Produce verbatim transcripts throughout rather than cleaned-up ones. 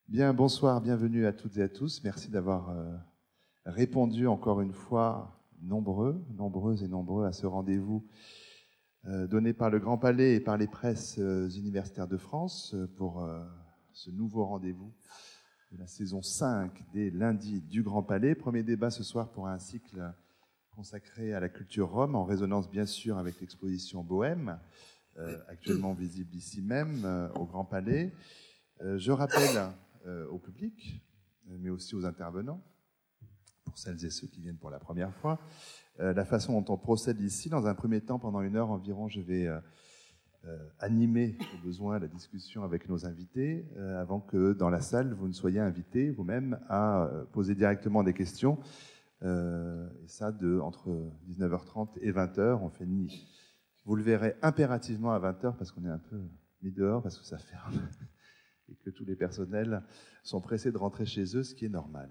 Bien, bonsoir, bienvenue à toutes et à tous. Merci d'avoir euh, répondu encore une fois, nombreux, nombreuses et nombreux, à ce rendez-vous euh, donné par le Grand Palais et par les presses euh, universitaires de France euh, pour euh, ce nouveau rendez-vous de la saison cinq des lundis du Grand Palais. Premier débat ce soir pour un cycle consacré à la culture rome, en résonance bien sûr avec l'exposition Bohème, euh, actuellement visible ici même euh, au Grand Palais. Euh, je rappelle euh, au public, mais aussi aux intervenants, pour celles et ceux qui viennent pour la première fois, euh, la façon dont on procède ici. Dans un premier temps, pendant une heure environ, je vais euh, euh, animer au besoin la discussion avec nos invités, euh, avant que dans la salle, vous ne soyez invités vous-même à euh, poser directement des questions. Euh, et ça, de, entre dix-neuf heures trente et vingt heures, on fait ni. Vous le verrez impérativement à vingt heures, parce qu'on est un peu mis dehors, parce que ça ferme. Et que tous les personnels sont pressés de rentrer chez eux, ce qui est normal.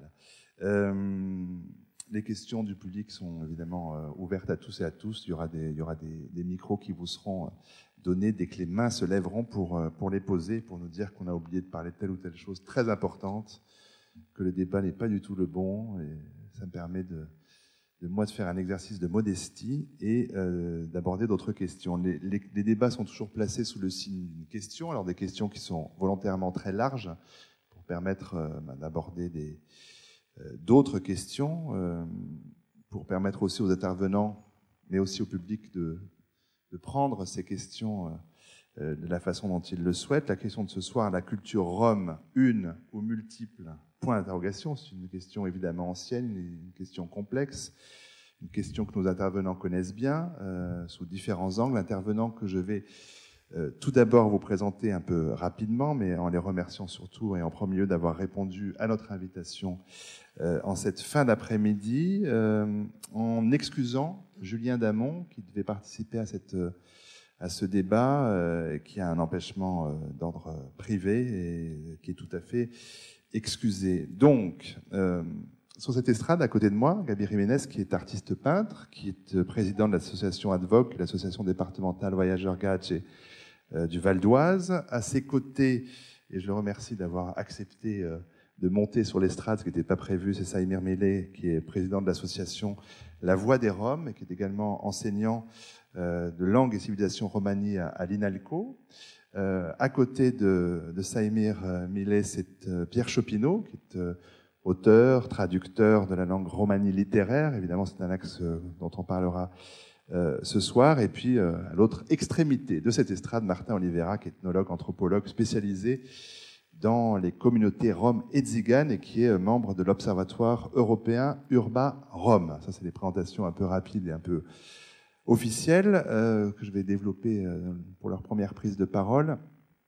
Euh, les questions du public sont évidemment euh, ouvertes à tous et à tous. Il y aura des, il y aura des, des micros qui vous seront donnés dès que les mains se lèveront pour, pour les poser, pour nous dire qu'on a oublié de parler de telle ou telle chose très importante, que le débat n'est pas du tout le bon. Et ça me permet de, de moi de faire un exercice de modestie et euh, d'aborder d'autres questions. Les, les, les débats sont toujours placés sous le signe d'une question, alors des questions qui sont volontairement très larges pour permettre euh, d'aborder des, euh, d'autres questions, euh, pour permettre aussi aux intervenants, mais aussi au public de, de prendre ces questions euh, de la façon dont ils le souhaitent. La question de ce soir, la culture rome, une ou multiple point d'interrogation, c'est une question évidemment ancienne, une question complexe, une question que nos intervenants connaissent bien, euh, sous différents angles. Intervenants que je vais euh, tout d'abord vous présenter un peu rapidement, mais en les remerciant surtout et en premier lieu d'avoir répondu à notre invitation euh, en cette fin d'après-midi, euh, en excusant Julien Damon, qui devait participer à cette... Euh, à ce débat, euh, qui a un empêchement euh, d'ordre privé et qui est tout à fait excusé. Donc, euh, sur cette estrade, à côté de moi, Gaby Jiménez, qui est artiste peintre, qui est président de l'association Advoc, l'association départementale Voyageurs Gage euh, du Val d'Oise. À ses côtés, et je le remercie d'avoir accepté euh, de monter sur l'estrade, ce qui n'était pas prévu, c'est Saïmir Millet, qui est président de l'association La Voix des Roms, et qui est également enseignant de langue et civilisation romanie à, à l'INALCO. Euh, à côté de, de Saïmir Millet, c'est euh, Pierre Chopineau, qui est euh, auteur, traducteur de la langue romanie littéraire. Évidemment, c'est un axe euh, dont on parlera euh, ce soir. Et puis, euh, à l'autre extrémité de cette estrade, Martin Oliveira, qui est ethnologue, anthropologue, spécialisé dans les communautés roms et tziganes et qui est membre de l'Observatoire européen Urba-Rome. Ça, c'est des présentations un peu rapides et un peu officielles, euh, que je vais développer euh, pour leur première prise de parole.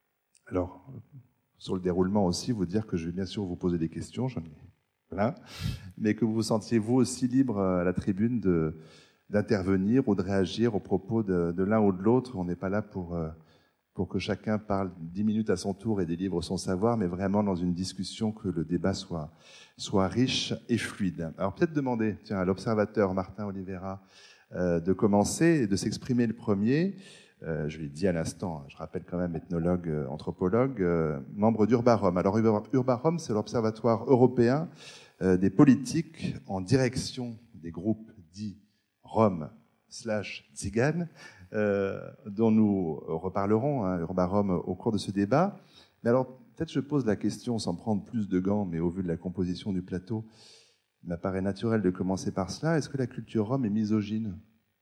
Alors, sur le déroulement aussi, vous dire que je vais bien sûr vous poser des questions, j'en ai plein, mais que vous vous sentiez vous aussi libre à la tribune de, d'intervenir ou de réagir aux propos de, de l'un ou de l'autre. On n'est pas là pour, euh, pour que chacun parle dix minutes à son tour et délivre son savoir, mais vraiment dans une discussion, que le débat soit, soit riche et fluide. Alors peut-être demander tiens, à l'observateur Martin Oliveira Euh, de commencer et de s'exprimer le premier. Euh, je l'ai dit à l'instant, je rappelle quand même ethnologue, euh, anthropologue, euh, membre d'Urba-Rome. Alors Urba-Rome, c'est l'Observatoire européen euh, des politiques en direction des groupes dits Roms slash Tziganes, euh, dont nous reparlerons, hein, Urba-Rome, au cours de ce débat. Mais alors, peut-être je pose la question sans prendre plus de gants, mais au vu de la composition du plateau, il m'apparaît naturel de commencer par cela. Est-ce que la culture rome est misogyne ?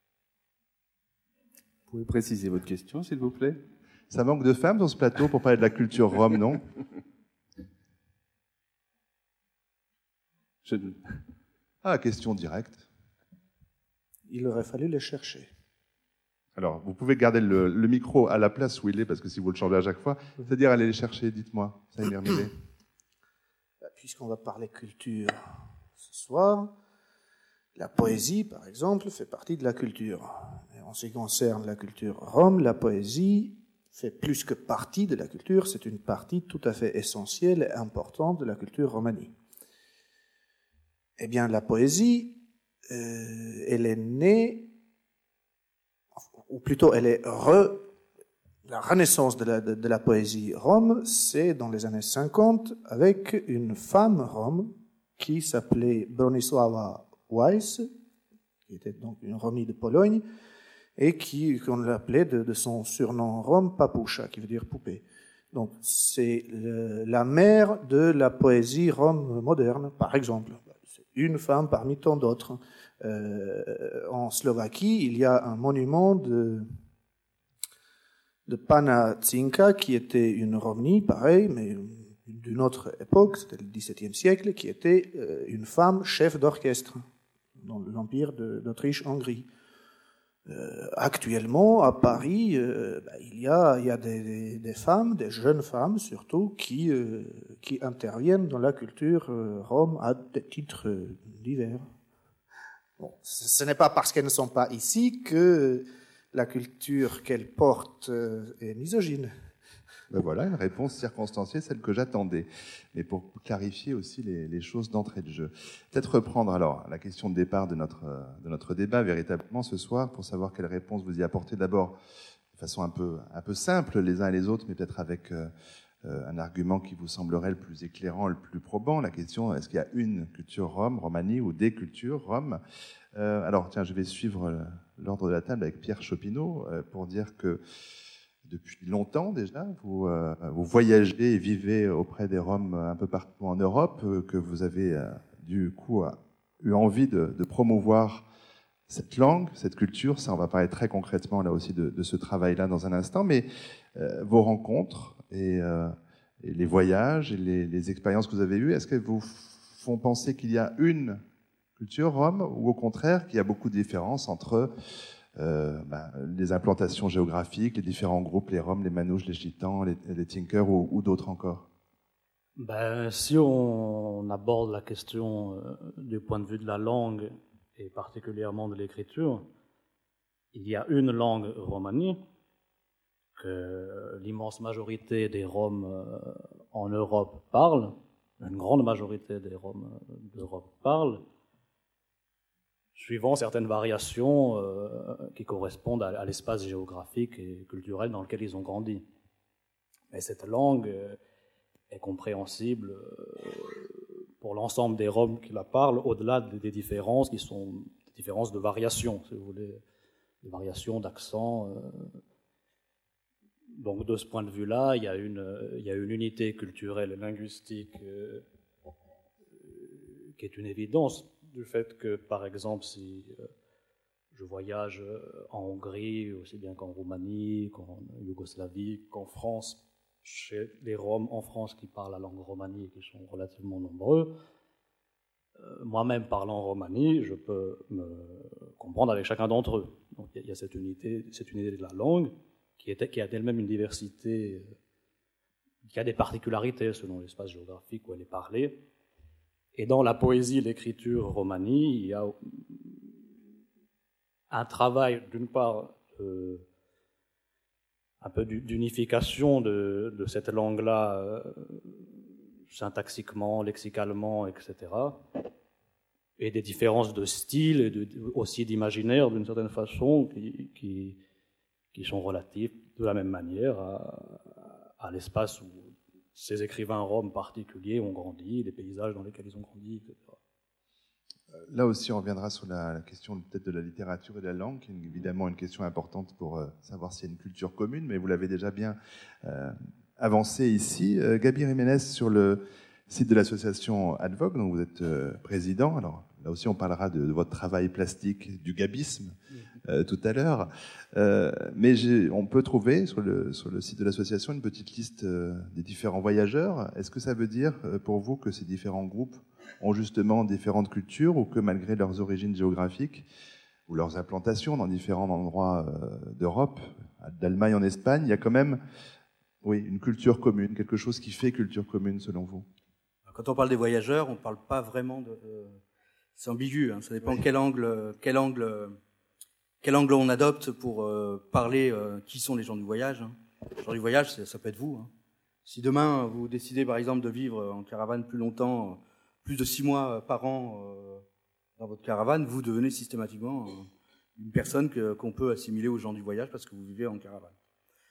Vous pouvez préciser votre question, s'il vous plaît ? Ça manque de femmes sur ce plateau pour parler de la culture rome, non ? Je... Ah, question directe. Il aurait fallu les chercher. Alors, vous pouvez garder le, le micro à la place où il est, parce que si vous le changez à chaque fois, c'est-à-dire aller les chercher, dites-moi, Saïmir Millet. Puisqu'on va parler culture ce soir, la poésie, par exemple, fait partie de la culture. Et en ce qui concerne la culture rome, la poésie fait plus que partie de la culture, c'est une partie tout à fait essentielle et importante de la culture romanie. Eh bien, la poésie, euh, elle est née, ou plutôt elle est re, la renaissance de la, de, de la poésie rome, c'est dans les années cinquante, avec une femme rome qui s'appelait Bronisława Weiss, qui était donc une Romie de Pologne, et qui, qu'on l'appelait de, de son surnom rome, Papusza, qui veut dire poupée. Donc, c'est le, la mère de la poésie rome moderne, par exemple. C'est une femme parmi tant d'autres. Euh, en Slovaquie, il y a un monument de, de Panna Cinka, qui était une Romnie, pareil, mais d'une autre époque, c'était le dix-septième siècle, qui était euh, une femme chef d'orchestre dans l'Empire de, d'Autriche-Hongrie. Euh, actuellement, à Paris, euh, bah, il y a, il y a des, des, des femmes, des jeunes femmes surtout, qui, euh, qui interviennent dans la culture euh, rome à des titres euh, divers. Bon, ce, ce n'est pas parce qu'elles ne sont pas ici que la culture qu'elles portent euh, est misogyne. Ben voilà, une réponse circonstanciée, celle que j'attendais. Mais pour clarifier aussi les, les choses d'entrée de jeu. Peut-être reprendre alors la question de départ de notre, de notre débat véritablement ce soir pour savoir quelle réponse vous y apportez. D'abord, de façon un peu, un peu simple les uns et les autres, mais peut-être avec euh, un argument qui vous semblerait le plus éclairant, le plus probant. La question, est-ce qu'il y a une culture rome, romanie, ou des cultures roms? euh, Alors, tiens, je vais suivre l'ordre de la table avec Pierre Chopineau euh, pour dire que depuis longtemps déjà, vous, euh, vous voyagez et vivez auprès des Roms un peu partout en Europe, euh, que vous avez euh, du coup euh, eu envie de, de promouvoir cette langue, cette culture. Ça, on va parler très concrètement là aussi de, de ce travail-là dans un instant, mais euh, vos rencontres et, euh, et les voyages et les, les expériences que vous avez eues, est-ce qu'elles vous font penser qu'il y a une culture rome ou au contraire qu'il y a beaucoup de différences entre Euh, ben, les implantations géographiques, les différents groupes, les Roms, les Manouches, les Gitans, les, les Tinkers ou, ou d'autres encore? Ben, si on aborde la question euh, du point de vue de la langue et particulièrement de l'écriture, il y a une langue romanie que l'immense majorité des Roms euh, en Europe parlent, une grande majorité des Roms d'Europe parlent, suivant certaines variations euh, qui correspondent à, à l'espace géographique et culturel dans lequel ils ont grandi. Mais cette langue euh, est compréhensible euh, pour l'ensemble des Roms qui la parlent, au-delà des, des différences qui sont des différences de variation, si vous voulez, des variations d'accent. Euh. Donc de ce point de vue-là, il y a une, il y a une unité culturelle et linguistique euh, qui est une évidence. Du fait que, par exemple, si euh, je voyage en Hongrie, aussi bien qu'en Roumanie, qu'en Yougoslavie, qu'en France, chez les Roms en France qui parlent la langue romanie et qui sont relativement nombreux, euh, moi-même parlant romanie, je peux me comprendre avec chacun d'entre eux. Donc il y, y a cette unité, cette unité de la langue qui, est, qui a d'elle-même une diversité, euh, qui a des particularités selon l'espace géographique où elle est parlée. Et dans la poésie et l'écriture romanie, il y a un travail, d'une part, euh, un peu d'unification de, de cette langue-là, euh, syntaxiquement, lexicalement, et cetera, et des différences de style et de, aussi d'imaginaire, d'une certaine façon, qui, qui, qui sont relatives de la même manière à, à l'espace où ces écrivains roms particuliers ont grandi, les paysages dans lesquels ils ont grandi, et cetera. Là aussi, on reviendra sur la, la question peut-être de la littérature et de la langue, qui est évidemment une question importante pour euh, savoir s'il y a une culture commune, mais vous l'avez déjà bien euh, avancé ici. Euh, Gaby Jiménez, sur le site de l'association Advoc, dont vous êtes euh, président, alors là aussi on parlera de, de votre travail plastique, du gabisme, euh, tout à l'heure, euh, mais on peut trouver sur le, sur le site de l'association une petite liste euh, des différents voyageurs. Est-ce que ça veut dire euh, pour vous que ces différents groupes ont justement différentes cultures, ou que malgré leurs origines géographiques ou leurs implantations dans différents endroits euh, d'Europe, d'Allemagne en Espagne, il y a quand même oui, une culture commune, quelque chose qui fait culture commune selon vous? Quand on parle des voyageurs, on ne parle pas vraiment de... Euh, c'est ambigu, hein, ça dépend oui. quel angle, quel angle, quel angle on adopte pour euh, parler euh, qui sont les gens du voyage. Hein. Les gens du voyage, ça, ça peut être vous. Hein. Si demain vous décidez par exemple de vivre en caravane plus longtemps, plus de six mois par an euh, dans votre caravane, vous devenez systématiquement euh, une personne que, qu'on peut assimiler aux gens du voyage parce que vous vivez en caravane.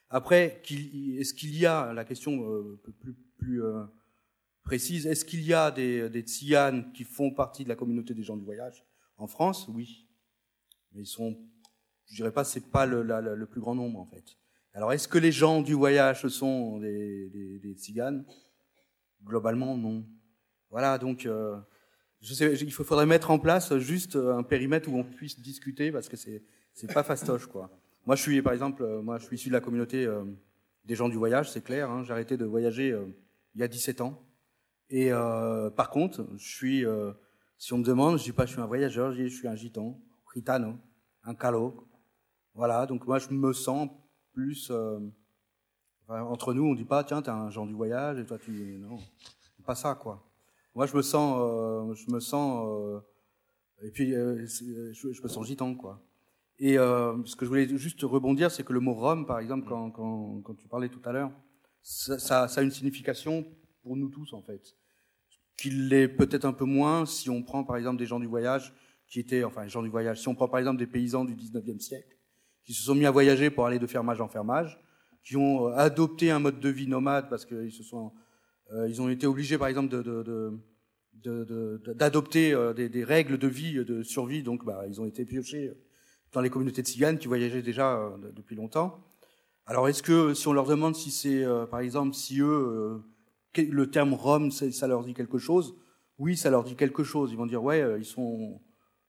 Après, qu'il, est-ce qu'il y a, la question euh, plus, plus euh, précise, est-ce qu'il y a des, des tziganes qui font partie de la communauté des gens du voyage en France? Oui. Mais ils sont, je dirais pas, c'est pas le, la, le plus grand nombre, en fait. Alors, est-ce que les gens du voyage sont des, des, des tziganes? Globalement, non. Voilà, donc, euh, je sais, il faudrait mettre en place juste un périmètre où on puisse discuter, parce que c'est, c'est pas fastoche, quoi. Moi, je suis, par exemple, euh, moi, je suis issu de la communauté euh, des gens du voyage, c'est clair. Hein, j'ai arrêté de voyager euh, il y a dix-sept ans. Et euh, par contre, je suis, euh, si on me demande, je dis pas je suis un voyageur, je dis je suis un gitan, gitano, un calo. Voilà, donc moi, je me sens plus euh, enfin, entre nous, on dit pas tiens, t'es un gens du voyage et toi tu non, c'est pas ça quoi. Moi, je me sens, euh, je me sens euh, et puis euh, je, je me sens gitan quoi. Et euh, ce que je voulais juste rebondir, c'est que le mot Rome, par exemple, quand, quand, quand tu parlais tout à l'heure, ça, ça, ça a une signification pour nous tous, en fait. Qu'il l'est peut-être un peu moins si on prend, par exemple, des gens du voyage qui étaient, enfin, les gens du voyage, si on prend, par exemple, des paysans du dix-neuvième siècle, qui se sont mis à voyager pour aller de fermage en fermage, qui ont adopté un mode de vie nomade parce qu'ils se sont, euh, ils ont été obligés, par exemple, de, de, de De, de, d'adopter euh, des, des règles de vie, de survie, donc bah, ils ont été piochés dans les communautés de tziganes qui voyageaient déjà euh, depuis longtemps. Alors est-ce que si on leur demande si c'est, euh, par exemple, si eux, euh, le terme Rome, ça leur dit quelque chose? Oui, ça leur dit quelque chose. Ils vont dire ouais, euh, ils sont,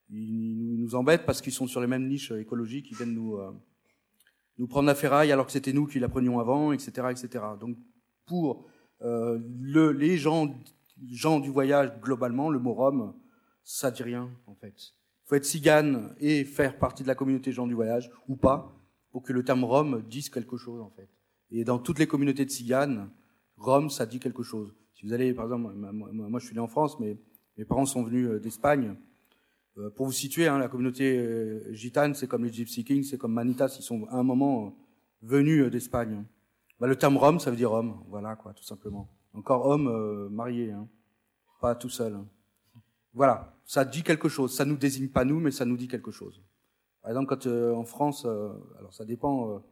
ils, ils nous embêtent parce qu'ils sont sur les mêmes niches écologiques, ils viennent nous euh, nous prendre la ferraille alors que c'était nous qui la prenions avant, et cetera, et cetera. Donc pour euh, le, les gens gens du voyage, globalement, le mot Rome, ça dit rien, en fait. Il faut être tzigane et faire partie de la communauté gens du voyage, ou pas, pour que le terme Rome dise quelque chose, en fait. Et dans toutes les communautés de tziganes, Rome, ça dit quelque chose. Si vous allez, par exemple, moi, moi je suis né en France, mais mes parents sont venus d'Espagne. Euh, pour vous situer, hein, la communauté euh, gitane, c'est comme les Gypsy Kings, c'est comme Manitas, ils sont à un moment venus d'Espagne. Bah, le terme Rome, ça veut dire homme, voilà, quoi, tout simplement. Encore homme euh, marié, hein, pas tout seul. Voilà, ça dit quelque chose. Ça nous désigne pas nous, mais ça nous dit quelque chose. Par exemple, quand euh, en France, euh, alors ça dépend. Euh,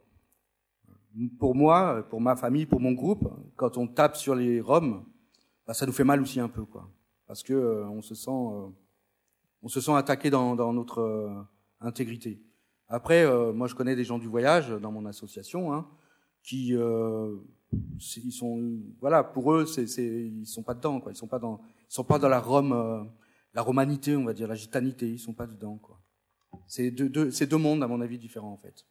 pour moi, pour ma famille, pour mon groupe, quand on tape sur les Roms, bah, ça nous fait mal aussi un peu, quoi, parce que euh, on se sent, euh, on se sent attaqué dans, dans notre euh, intégrité. Après, euh, moi, je connais des gens du voyage dans mon association, hein, qui euh, ils sont, voilà, pour eux, c'est, c'est, ils sont pas dedans, quoi. Ils sont pas dans, ils sont pas dans la Rome, euh, la romanité, on va dire, la gitanité. Ils sont pas dedans, quoi. C'est deux, deux, c'est deux mondes, à mon avis, différents, en fait.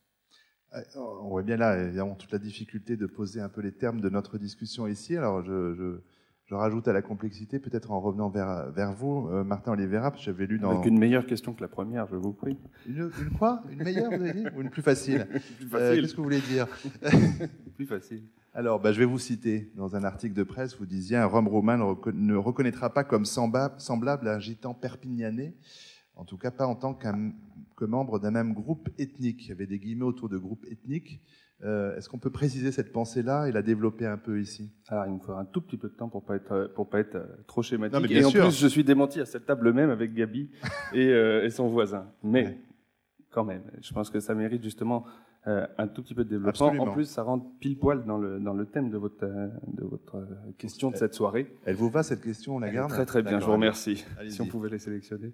On voit bien là, évidemment, toute la difficulté de poser un peu les termes de notre discussion ici. Alors, je, je, je rajoute à la complexité, peut-être en revenant vers, vers vous, euh, Martin Oliveira, parce que j'avais lu dans... Avec une meilleure question que la première, je vous prie. Une, une quoi? Une meilleure, vous avez dit? Ou une plus facile? Plus facile. Euh, qu'est-ce que vous voulez dire? Plus facile. Alors, bah, je vais vous citer. Dans un article de presse, vous disiez « Un Rome romain ne, reco- ne reconnaîtra pas comme semblable, semblable à un gitan perpignanais, en tout cas pas en tant qu'un, que membre d'un même groupe ethnique. » Il y avait des guillemets autour de groupe ethnique. Euh, est-ce qu'on peut préciser cette pensée-là et la développer un peu ici? Alors, il me faudra un tout petit peu de temps pour pas être pour pas être trop schématique. Non, mais bien et en sûr. plus, je suis démenti à cette table même avec Gabi et, euh, et son voisin. Mais Ouais. quand même, je pense que ça mérite justement euh, un tout petit peu de développement. Absolument. En plus, ça rentre pile poil dans le dans le thème de votre euh, de votre euh, question de cette soirée. Elle vous va, cette question? On la Elle est garde? Très très bien, je D'accord, vous remercie. allez-y. Si on pouvait les sélectionner.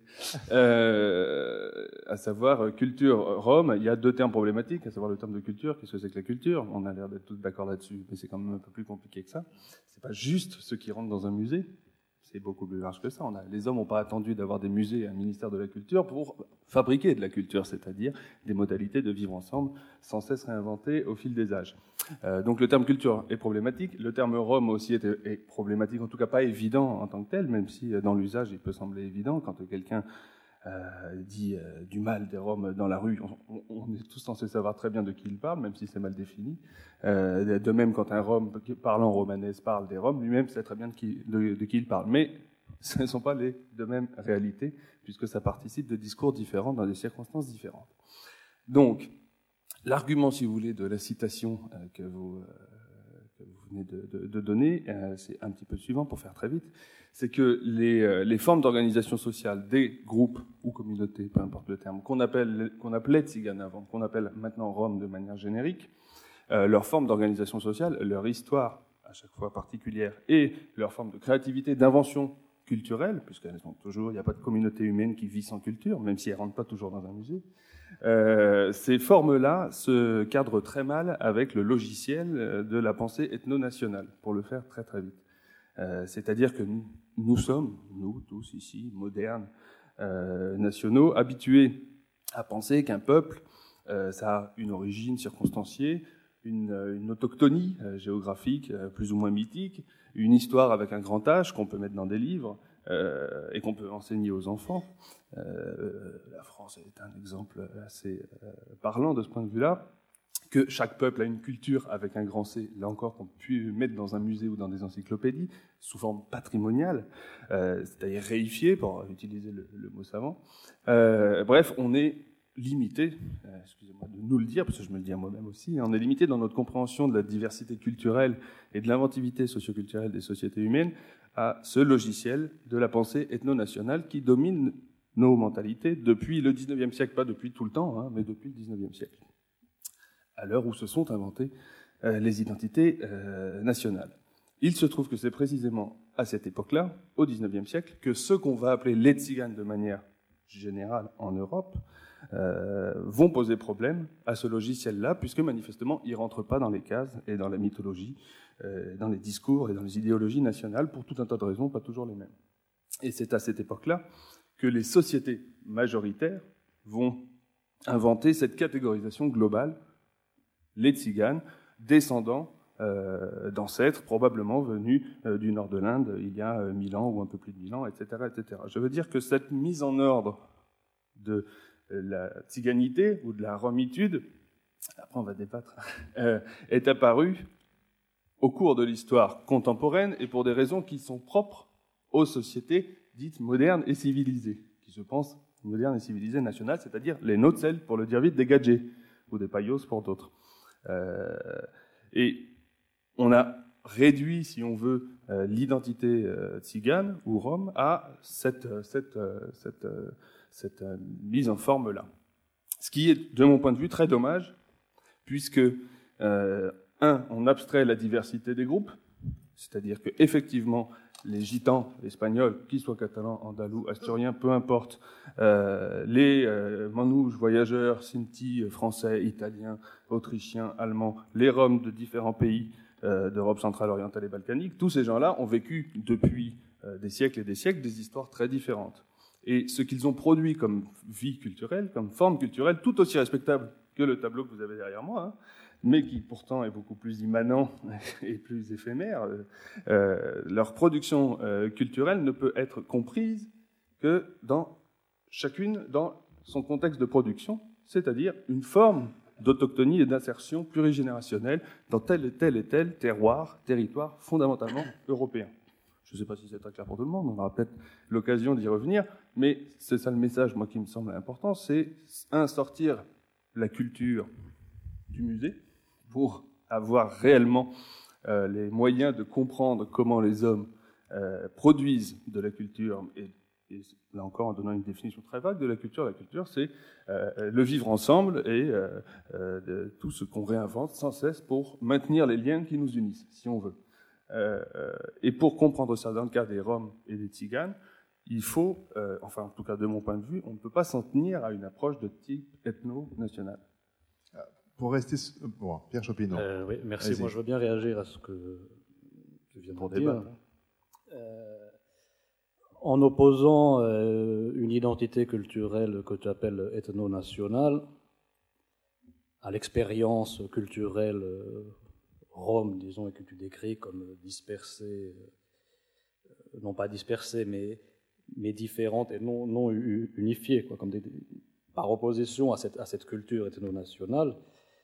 Euh, à savoir, euh, culture Rome, il y a deux termes problématiques, à savoir le terme de culture. Qu'est-ce que c'est que la culture? On a l'air d'être tous d'accord là-dessus, mais c'est quand même un peu plus compliqué que ça. C'est pas juste ceux qui rentrent dans un musée. C'est beaucoup plus large que ça. On a, les hommes n'ont pas attendu d'avoir des musées et un ministère de la culture pour fabriquer de la culture, c'est-à-dire des modalités de vivre ensemble, sans cesse réinventées au fil des âges. Euh, donc le terme culture est problématique. Le terme Rome aussi est, est problématique, en tout cas pas évident en tant que tel, même si dans l'usage il peut sembler évident. Quand quelqu'un euh, dit euh, du mal des Roms dans la rue, on, on est tous censés savoir très bien de qui il parle, même si c'est mal défini. Euh, de même, quand un Rome parlant romanès parle des Roms, lui-même sait très bien de qui, de, de qui il parle. Mais ce ne sont pas les deux mêmes réalités, puisque ça participe de discours différents dans des circonstances différentes. Donc, l'argument, si vous voulez, de la citation euh, que, vous, euh, que vous venez de, de, de donner, euh, c'est un petit peu le suivant, pour faire très vite, c'est que les, euh, les formes d'organisation sociale des groupes ou communautés, peu importe le terme, qu'on appelle, qu'on appelait tziganes avant, qu'on appelle maintenant Roms de manière générique, euh, leur forme d'organisation sociale, leur histoire à chaque fois particulière, et leur forme de créativité, d'invention culturelle, puisqu'elles sont toujours, il n'y a pas de communauté humaine qui vit sans culture, même si elles ne rentrent pas toujours dans un musée. Euh, ces formes-là se cadrent très mal avec le logiciel de la pensée ethno-nationale, pour le faire très très vite. Euh, c'est-à-dire que nous, nous sommes, nous tous ici, modernes, euh, nationaux, habitués à penser qu'un peuple, euh, ça a une origine circonstanciée, une, une autochtonie euh, géographique euh, plus ou moins mythique, une histoire avec un grand H qu'on peut mettre dans des livres euh, et qu'on peut enseigner aux enfants. Euh, la France est un exemple assez euh, parlant de ce point de vue-là, que chaque peuple a une culture avec un grand C, là encore qu'on peut mettre dans un musée ou dans des encyclopédies, sous forme patrimoniale, euh, c'est-à-dire réifiée, pour utiliser le, le mot savant. Euh, bref, on est limité, euh, excusez-moi de nous le dire, parce que je me le dis à moi-même aussi, on est limité dans notre compréhension de la diversité culturelle et de l'inventivité socioculturelle des sociétés humaines à ce logiciel de la pensée ethno-nationale qui domine nos mentalités depuis le dix-neuvième siècle, pas depuis tout le temps, hein, mais depuis le dix-neuvième siècle, à l'heure où se sont inventées euh, les identités euh, nationales. Il se trouve que c'est précisément à cette époque-là, au dix-neuvième siècle, que ce qu'on va appeler les tziganes de manière générale en Europe euh, vont poser problème à ce logiciel-là, puisque manifestement, il ne rentre pas dans les cases et dans la mythologie, euh, dans les discours et dans les idéologies nationales, pour tout un tas de raisons, pas toujours les mêmes. Et c'est à cette époque-là que les sociétés majoritaires vont inventer cette catégorisation globale, les tziganes, descendants euh, d'ancêtres probablement venus euh, du nord de l'Inde il y a euh, mille ans ou un peu plus de mille ans, et cetera, et cetera. Je veux dire que cette mise en ordre de euh, la tziganité ou de la romitude, après on va débattre, euh, est apparue au cours de l'histoire contemporaine et pour des raisons qui sont propres aux sociétés dites modernes et civilisées, qui se pensent modernes et civilisées nationales, c'est-à-dire les nôtres, celles, pour le dire vite, des gadgets, ou des payos pour d'autres. Euh, et on a réduit, si on veut, euh, l'identité euh, tzigane ou rome à cette, cette, cette, cette euh, mise en forme-là. Ce qui est, de mon point de vue, très dommage, puisque, euh, un, on abstrait la diversité des groupes, c'est-à-dire qu'effectivement, les gitans espagnols, qu'ils soient catalans, andalous, asturiens, peu importe, euh, les euh, manouches, voyageurs, sinti, français, italiens, autrichiens, allemands, les roms de différents pays euh, d'Europe centrale, orientale et balkanique, tous ces gens-là ont vécu depuis euh, des siècles et des siècles des histoires très différentes. Et ce qu'ils ont produit comme vie culturelle, comme forme culturelle, tout aussi respectable que le tableau que vous avez derrière moi, hein, mais qui pourtant est beaucoup plus immanent et plus éphémère, euh, leur production euh, culturelle ne peut être comprise que dans chacune dans son contexte de production, c'est-à-dire une forme d'autochtonie et d'insertion plurigénérationnelle dans tel et tel et tel terroir, territoire fondamentalement européen. Je ne sais pas si c'est très clair pour tout le monde, on aura peut-être l'occasion d'y revenir, mais c'est ça le message, moi, qui me semble important, c'est, un, sortir la culture du musée, pour avoir réellement euh, les moyens de comprendre comment les hommes euh, produisent de la culture, et, et là encore en donnant une définition très vague de la culture, la culture c'est euh, le vivre ensemble et euh, euh, de tout ce qu'on réinvente sans cesse pour maintenir les liens qui nous unissent, si on veut. Euh, euh, et pour comprendre ça dans le cas des Roms et des Tziganes, il faut, euh, enfin en tout cas de mon point de vue, on ne peut pas s'en tenir à une approche de type ethno-national. Pour rester... Bon, Pierre Chopineau. Euh, oui, merci. Vas-y. Moi, je veux bien réagir à ce que tu viens de dire. Euh, en opposant euh, une identité culturelle que tu appelles ethno-nationale à l'expérience culturelle euh, rome, disons, et que tu décris comme dispersée, euh, non pas dispersée, mais, mais différente et non, non unifiée, quoi, comme des, par opposition à cette, à cette culture ethno-nationale.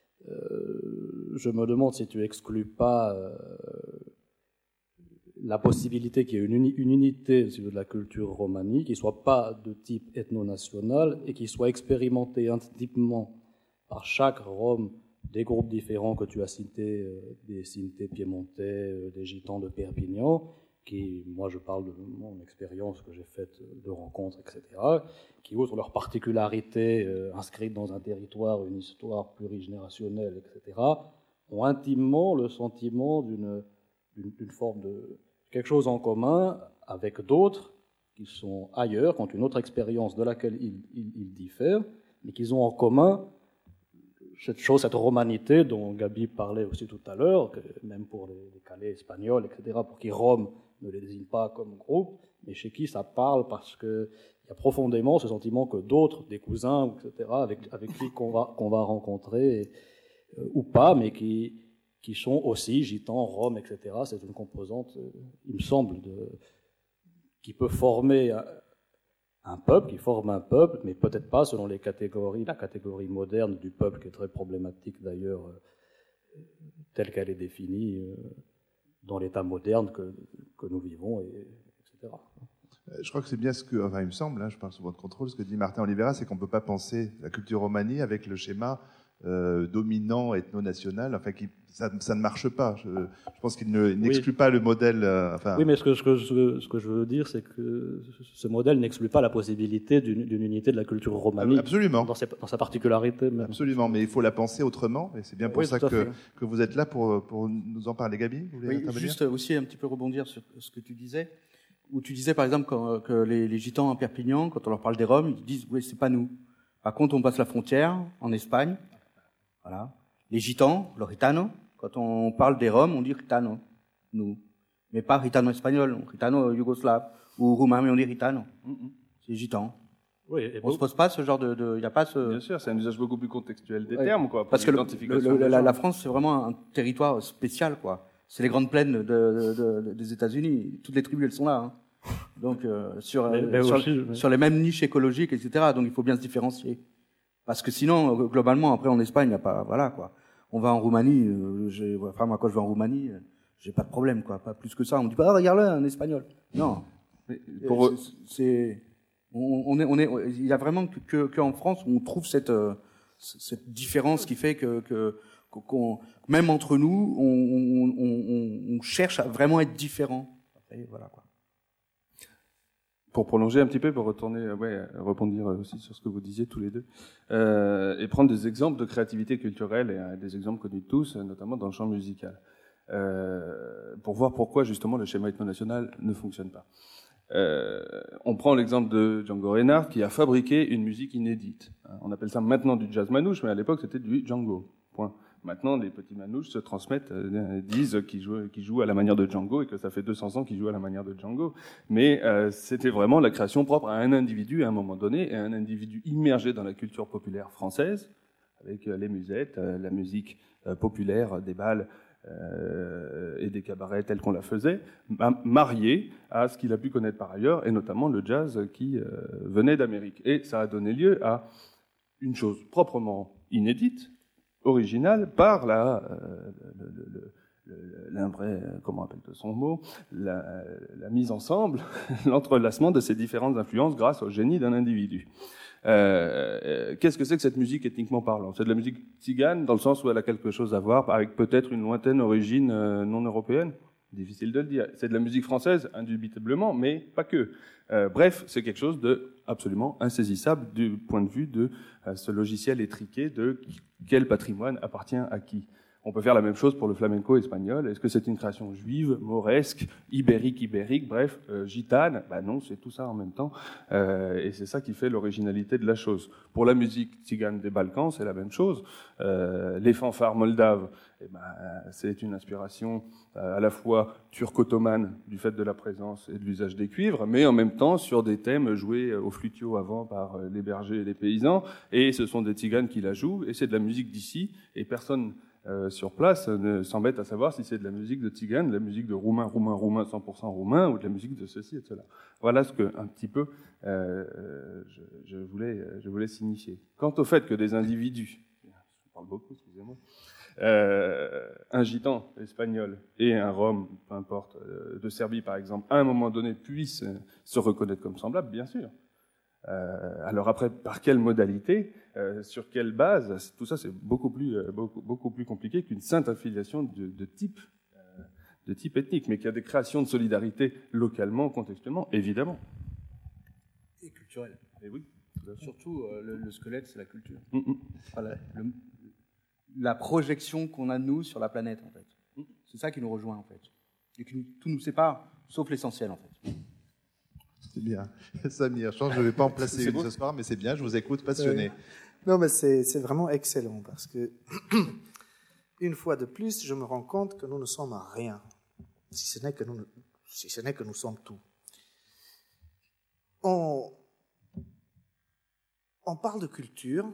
Euh, je me demande si tu exclus pas euh, la possibilité qu'il y ait une, uni, une unité de la culture romanie qui ne soit pas de type ethno-national et qui soit expérimentée intimement par chaque Rome des groupes différents que tu as cités, euh, des Sintés piémontais, euh, des Gitans de Perpignan, qui, moi je parle de mon expérience que j'ai faite de rencontres, et cetera, qui outre leurs particularités euh, inscrites dans un territoire, une histoire plurigénérationnelle, et cetera, ont intimement le sentiment d'une, d'une, d'une forme de quelque chose en commun avec d'autres qui sont ailleurs, qui ont une autre expérience de laquelle ils, ils, ils diffèrent, mais qu'ils ont en commun cette chose, cette romanité dont Gabi parlait aussi tout à l'heure, que même pour les, les Calais espagnols, et cetera, pour qui Rome ne les désigne pas comme groupe, mais chez qui ça parle parce qu'il y a profondément ce sentiment que d'autres, des cousins, et cetera, avec, avec qui qu'on va, qu'on va rencontrer, et, euh, ou pas, mais qui, qui sont aussi gitans, roms, et cetera. C'est une composante, euh, il me semble, de, qui peut former un, un peuple, qui forme un peuple, mais peut-être pas selon les catégories, la catégorie moderne du peuple, qui est très problématique d'ailleurs, euh, telle qu'elle est définie euh, dans l'état moderne que, que nous vivons, et, etc. Je crois que c'est bien ce que, enfin il me semble, hein, je parle sous votre contrôle, ce que dit Martin Oliveira, c'est qu'on ne peut pas penser la culture romanie avec le schéma euh, dominant, ethno-national, enfin qui, ça, ça ne marche pas. Je, je pense qu'il ne, n'exclut oui. pas le modèle. Euh, enfin... Oui, mais ce que, ce, que, ce que je veux dire, c'est que ce modèle n'exclut pas la possibilité d'une, d'une unité de la culture romanie. Absolument. Dans, ses, dans sa particularité même. Absolument, mais il faut la penser autrement, et c'est bien pour oui, ça que, que vous êtes là pour, pour nous en parler. Gabi, vous voulez oui, juste aussi un petit peu rebondir sur ce que tu disais, où tu disais par exemple quand, que les, les gitans à Perpignan, quand on leur parle des Roms, ils disent oui, c'est pas nous. Par contre, on passe la frontière en Espagne. Voilà. Les gitans, los gitanos, quand on parle des Roms, on dit gitano, nous. Mais pas gitano espagnol, gitano yougoslave, ou roumain, mais on dit gitano. Mm-hmm. C'est gitan. Oui, et on ne se pose pas ce genre de, de, y a pas ce. Bien sûr, c'est un usage beaucoup plus contextuel des ouais. termes, quoi. Parce que le, le, le, la, la France, c'est vraiment un territoire spécial, quoi. C'est les grandes plaines de, de, de, des États-Unis. Toutes les tribus, elles sont là. Hein. Donc euh, sur, mais, mais sur, aussi, mais... sur les mêmes niches écologiques, et cetera. Donc il faut bien se différencier. Parce que sinon, globalement, après en Espagne, il n'y a pas, voilà quoi. On va en Roumanie, euh, j'ai, enfin moi quand je vais en Roumanie, euh, j'ai pas de problème quoi, pas plus que ça. On me dit pas, ah, regarde-le, un espagnol. Non. Mais pour c'est, c'est, on, on est, on est, il y a vraiment que, que, qu'en France on trouve cette, euh, cette différence qui fait que, que qu'on, même entre nous, on, on, on, on cherche à vraiment être différent. Et voilà quoi. Pour prolonger un petit peu, pour retourner, ouais, rebondir aussi sur ce que vous disiez tous les deux, euh, et prendre des exemples de créativité culturelle, et euh, des exemples connus de tous, notamment dans le champ musical, euh, pour voir pourquoi justement le schéma ethno-national ne fonctionne pas. Euh, on prend l'exemple de Django Reinhardt qui a fabriqué une musique inédite. On appelle ça maintenant du jazz manouche, mais à l'époque c'était du Django. Point. Maintenant, les petits manouches se transmettent, euh, disent qu'ils jouent, qu'ils jouent à la manière de Django et que ça fait deux cents ans qu'ils jouent à la manière de Django. Mais euh, c'était vraiment la création propre à un individu à un moment donné, et un individu immergé dans la culture populaire française, avec euh, les musettes, euh, la musique euh, populaire, des bals euh, et des cabarets tels qu'on la faisait, marié à ce qu'il a pu connaître par ailleurs, et notamment le jazz qui euh, venait d'Amérique. Et ça a donné lieu à une chose proprement inédite, original par la, euh, le, le, le, le, comment appelle-t-on son mot, la, la mise ensemble, l'entrelacement de ces différentes influences grâce au génie d'un individu. Euh, qu'est-ce que c'est que cette musique ethniquement parlant ? C'est de la musique tzigane dans le sens où elle a quelque chose à voir avec peut-être une lointaine origine euh, non européenne ? Difficile de le dire. C'est de la musique française, indubitablement, mais pas que. Euh, bref, c'est quelque chose de absolument insaisissable du point de vue de euh, ce logiciel étriqué de quel patrimoine appartient à qui. On peut faire la même chose pour le flamenco espagnol. Est-ce que c'est une création juive, mauresque, ibérique, ibérique, bref, euh, gitane ? Ben non, c'est tout ça en même temps. Euh, et c'est ça qui fait l'originalité de la chose. Pour la musique tzigane des Balkans, c'est la même chose. Euh, les fanfares moldaves, eh ben, c'est une inspiration euh, à la fois turco-ottomane du fait de la présence et de l'usage des cuivres, mais en même temps sur des thèmes joués au flutio avant par les bergers et les paysans. Et ce sont des tziganes qui la jouent, et c'est de la musique d'ici, et personne... Euh, sur place ne s'embête à savoir si c'est de la musique de tzigane, de la musique de roumain, roumain, roumain, cent pour cent roumain, ou de la musique de ceci et de cela. Voilà ce que, un petit peu, euh, je, je, voulais, je voulais signifier. Quant au fait que des individus, je parle beaucoup, excusez-moi, euh, un gitan espagnol et un rom, peu importe, euh, de Serbie par exemple, à un moment donné puissent se reconnaître comme semblables, bien sûr. Euh, alors après, par quelle modalité, euh, sur quelle base, tout ça c'est beaucoup plus, euh, beaucoup, beaucoup plus compliqué qu'une simple affiliation de, de, type, euh, de type ethnique, mais qu'il y a des créations de solidarité localement, contextuellement, évidemment. Et culturelle. Et oui. Surtout, euh, le, le squelette, c'est la culture. Mm-hmm. Enfin, la, le, la projection qu'on a de nous sur la planète, en fait. C'est ça qui nous rejoint, en fait. Et que nous, tout nous sépare, sauf l'essentiel, en fait. C'est bien. Samir, je pense que je ne vais pas en placer une ce soir, mais c'est bien, je vous écoute passionné. Euh, non, mais c'est, c'est vraiment excellent, parce que, une fois de plus, je me rends compte que nous ne sommes à rien, si ce n'est que nous, si ce n'est que nous sommes tout. On, on parle de culture,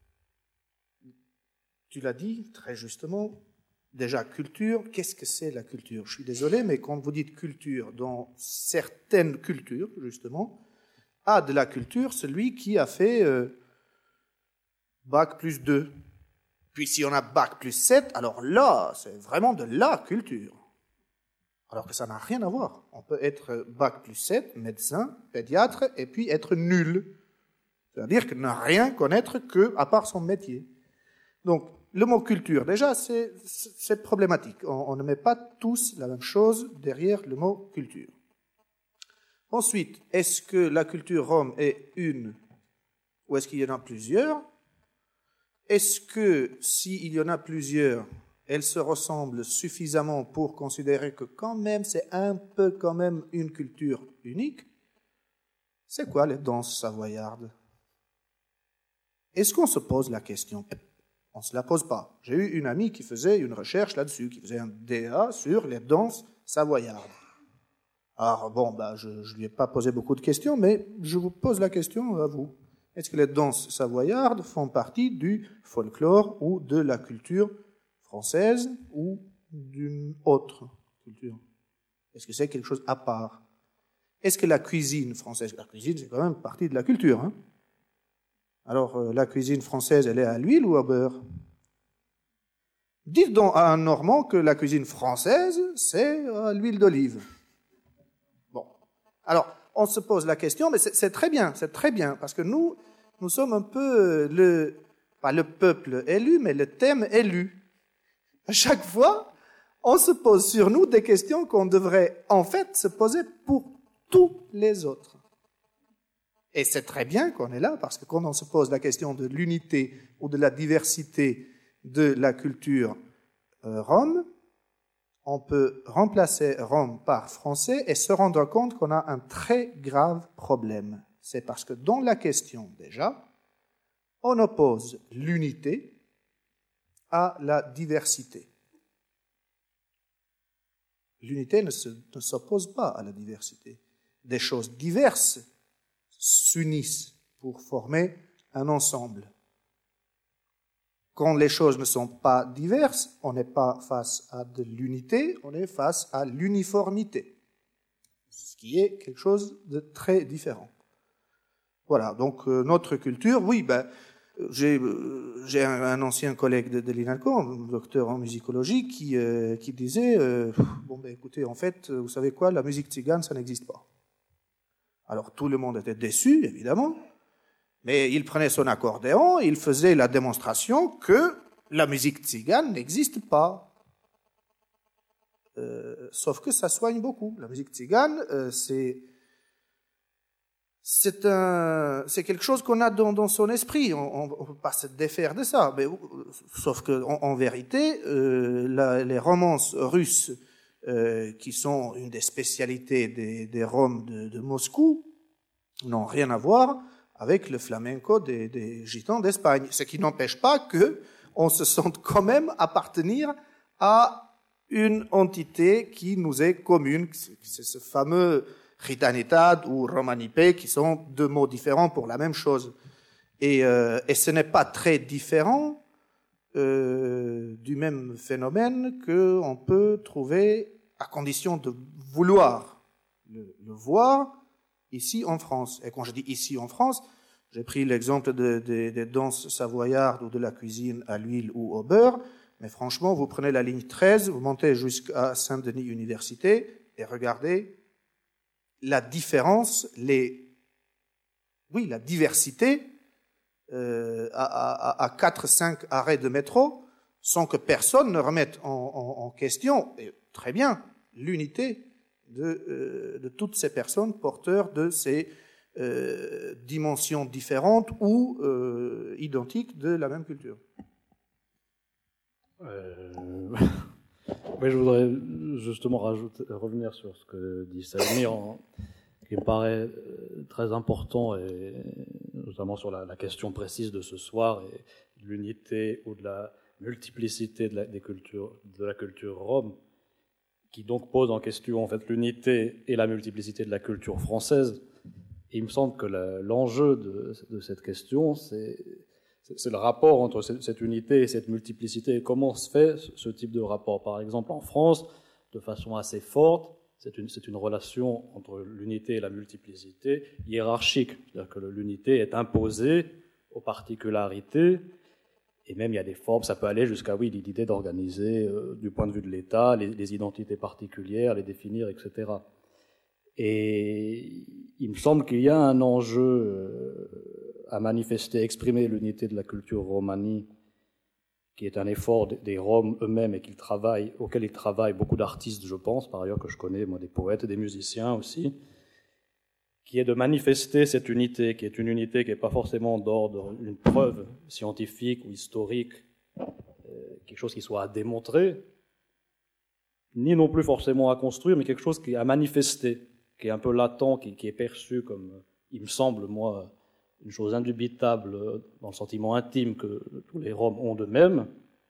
tu l'as dit très justement. Déjà, culture, qu'est-ce que c'est la culture? Je suis désolé, mais quand vous dites culture, dans certaines cultures, justement, a de la culture celui qui a fait euh, bac plus deux. Puis si on a bac plus sept, alors là, c'est vraiment de la culture. Alors que ça n'a rien à voir. On peut être bac plus sept, médecin, pédiatre, et puis être nul. C'est-à-dire que ne rien connaître que à part son métier. Donc, le mot culture, déjà, c'est, c'est problématique. On, on ne met pas tous la même chose derrière le mot culture. Ensuite, est-ce que la culture rome est une ou est-ce qu'il y en a plusieurs? Est-ce que s'il y en a plusieurs, elles se ressemblent suffisamment pour considérer que quand même c'est un peu quand même une culture unique? C'est quoi les danses savoyardes? Est-ce qu'on se pose la question? On ne se la pose pas. J'ai eu une amie qui faisait une recherche là-dessus, qui faisait un D A sur les danses savoyardes. Alors bon, bah, je ne lui ai pas posé beaucoup de questions, mais je vous pose la question à vous. Est-ce que les danses savoyardes font partie du folklore ou de la culture française ou d'une autre culture? Est-ce que c'est quelque chose à part? Est-ce que la cuisine française, la cuisine c'est quand même partie de la culture, hein? Alors, euh, la cuisine française, elle est à l'huile ou au beurre? Dites donc à un Normand que la cuisine française, c'est à l'huile d'olive. Bon. Alors, on se pose la question, mais c'est, c'est très bien, c'est très bien, parce que nous, nous sommes un peu le, pas le peuple élu, mais le thème élu. À chaque fois, on se pose sur nous des questions qu'on devrait, en fait, se poser pour tous les autres. Et c'est très bien qu'on est là, parce que quand on se pose la question de l'unité ou de la diversité de la culture euh, rome, on peut remplacer Rome par français et se rendre compte qu'on a un très grave problème. C'est parce que dans la question, déjà, on oppose l'unité à la diversité. L'unité ne, se, ne s'oppose pas à la diversité. Des choses diverses s'unissent pour former un ensemble. Quand les choses ne sont pas diverses, on n'est pas face à de l'unité, on est face à l'uniformité, ce qui est quelque chose de très différent. Voilà, donc euh, notre culture, oui, ben, j'ai, euh, j'ai un, un ancien collègue de, de l'INALCO, un docteur en musicologie, qui, euh, qui disait, euh, bon ben écoutez, en fait, vous savez quoi, la musique tzigane, ça n'existe pas. Alors tout le monde était déçu, évidemment, mais il prenait son accordéon, il faisait la démonstration que la musique tzigane n'existe pas. Euh, sauf que ça soigne beaucoup. La musique tzigane, euh, c'est, c'est, un, c'est quelque chose qu'on a dans, dans son esprit. On ne peut pas se défaire de ça. Mais, sauf qu'en en, en vérité, euh, la, les romances russes, Euh, qui sont une des spécialités des, des Roms de, de Moscou, n'ont rien à voir avec le flamenco des, des gitans d'Espagne. Ce qui n'empêche pas qu'on se sente quand même appartenir à une entité qui nous est commune. C'est ce fameux gitanidad ou romanipé, qui sont deux mots différents pour la même chose. Et, euh, et ce n'est pas très différent Euh, du même phénomène qu'on peut trouver à condition de vouloir le, le voir ici en France. Et quand je dis ici en France, j'ai pris l'exemple de, de, des danses savoyardes ou de la cuisine à l'huile ou au beurre, mais franchement, vous prenez la ligne treize, vous montez jusqu'à Saint-Denis Université et regardez la différence, les, oui, la diversité Euh, à, à, à quatre cinq arrêts de métro sans que personne ne remette en, en, en question, et très bien, l'unité de, euh, de toutes ces personnes porteurs de ces euh, dimensions différentes ou euh, identiques de la même culture. Euh... Mais je voudrais justement rajouter, revenir sur ce que dit Samir, qui me paraît très important, et notamment sur la, la question précise de ce soir, et l'unité ou de la multiplicité de la, des cultures, de la culture rome, qui donc pose en question en fait l'unité et la multiplicité de la culture française. Et il me semble que la, l'enjeu de, de cette question, c'est, c'est le rapport entre cette, cette unité et cette multiplicité, et comment se fait ce, ce type de rapport. Par exemple, en France, de façon assez forte, c'est une, c'est une relation entre l'unité et la multiplicité hiérarchique, c'est-à-dire que l'unité est imposée aux particularités. Et même, il y a des formes, ça peut aller jusqu'à, oui, l'idée d'organiser, euh, du point de vue de l'État, les, les identités particulières, les définir, et cetera. Et il me semble qu'il y a un enjeu euh, à manifester, exprimer l'unité de la culture romanie, qui est un effort des, des Roms eux-mêmes et qu'ils travaillent, auquel ils travaillent beaucoup d'artistes, je pense, par ailleurs que je connais, moi, des poètes, des musiciens aussi, qui est de manifester cette unité, qui est une unité qui n'est pas forcément d'ordre, une preuve scientifique ou historique, euh, quelque chose qui soit à démontrer, ni non plus forcément à construire, mais quelque chose qui est à manifester, qui est un peu latent, qui, qui est perçu comme, il me semble, moi, une chose indubitable dans le sentiment intime que tous les Roms ont d'eux-mêmes,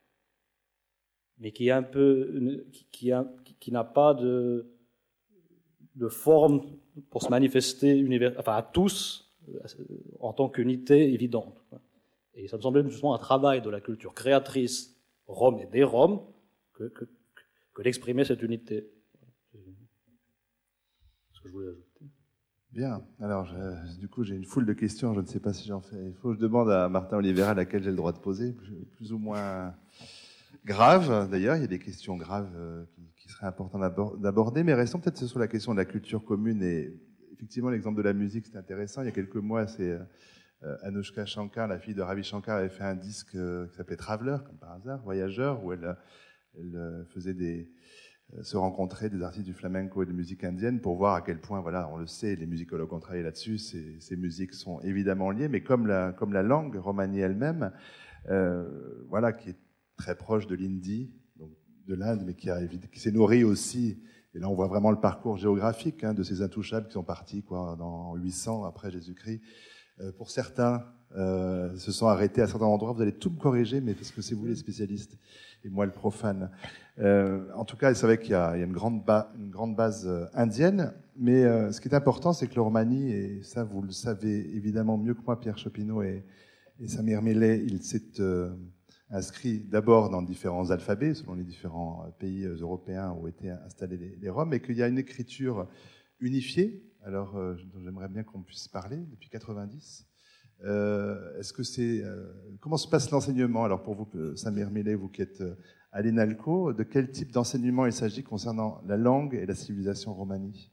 mais qui est un peu, qui, qui, a, qui n'a pas de, de forme pour se manifester univers, enfin à tous en tant qu'unité évidente. Et ça me semblait justement un travail de la culture créatrice Rome et des Roms que, que, que d'exprimer cette unité. C'est ce que je voulais ajouter. Bien. Alors, je, du coup, j'ai une foule de questions. Je ne sais pas si j'en fais. Il faut que je demande à Martin Oliveira laquelle j'ai le droit de poser, plus, plus ou moins graves. D'ailleurs, il y a des questions graves euh, qui, qui seraient importantes d'aborder. Mais restons peut-être sur la question de la culture commune. Et effectivement, l'exemple de la musique, c'est intéressant. Il y a quelques mois, c'est euh, Anushka Shankar, la fille de Ravi Shankar, avait fait un disque euh, qui s'appelait Traveler, comme par hasard, Voyageur, où elle, elle faisait des se rencontrer des artistes du flamenco et de musique indienne pour voir à quel point, voilà, on le sait, les musicologues ont travaillé là-dessus, ces, ces musiques sont évidemment liées, mais comme la, comme la langue romanie elle-même, euh, voilà, qui est très proche de l'hindi, donc de l'Inde, mais qui, a, qui s'est nourrie aussi, et là on voit vraiment le parcours géographique hein, de ces intouchables qui sont partis quoi, dans huit cents après Jésus-Christ. Euh, pour certains, euh, se sont arrêtés à certains endroits, vous allez tout me corriger, mais parce que c'est vous les spécialistes, et moi le profane. Euh, en tout cas, c'est vrai qu'il y a, il y a une, grande ba- une grande base euh, indienne, mais euh, ce qui est important, c'est que le Romani, et ça vous le savez évidemment mieux que moi, Pierre Chopineau et, et Samir Millet, il s'est euh, inscrit d'abord dans différents alphabets, selon les différents pays euh, européens où étaient installés les, les Roms, et qu'il y a une écriture unifiée, alors euh, dont j'aimerais bien qu'on puisse parler, depuis quatre-vingt-dix. Euh, est-ce que c'est, euh, comment se passe l'enseignement? Alors pour vous, Samir Millet, vous qui êtes à l'ENALCO, de quel type d'enseignement il s'agit concernant la langue et la civilisation romanie?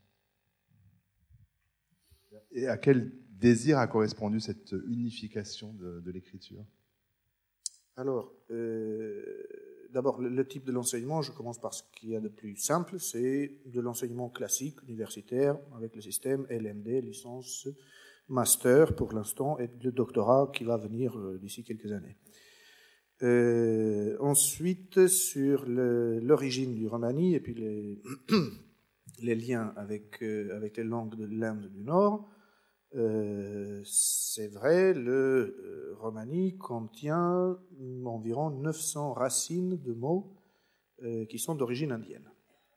Et à quel désir a correspondu cette unification de, de l'écriture? Alors, euh, d'abord, le, le type de l'enseignement, je commence par ce qu'il y a de plus simple, c'est de l'enseignement classique, universitaire, avec le système L M D, licence, master pour l'instant, et le doctorat qui va venir euh, d'ici quelques années. Euh, ensuite, sur le, l'origine du romani et puis les, les liens avec, euh, avec les langues de l'Inde du Nord, euh, c'est vrai, le euh, romani contient environ neuf cents racines de mots euh, qui sont d'origine indienne.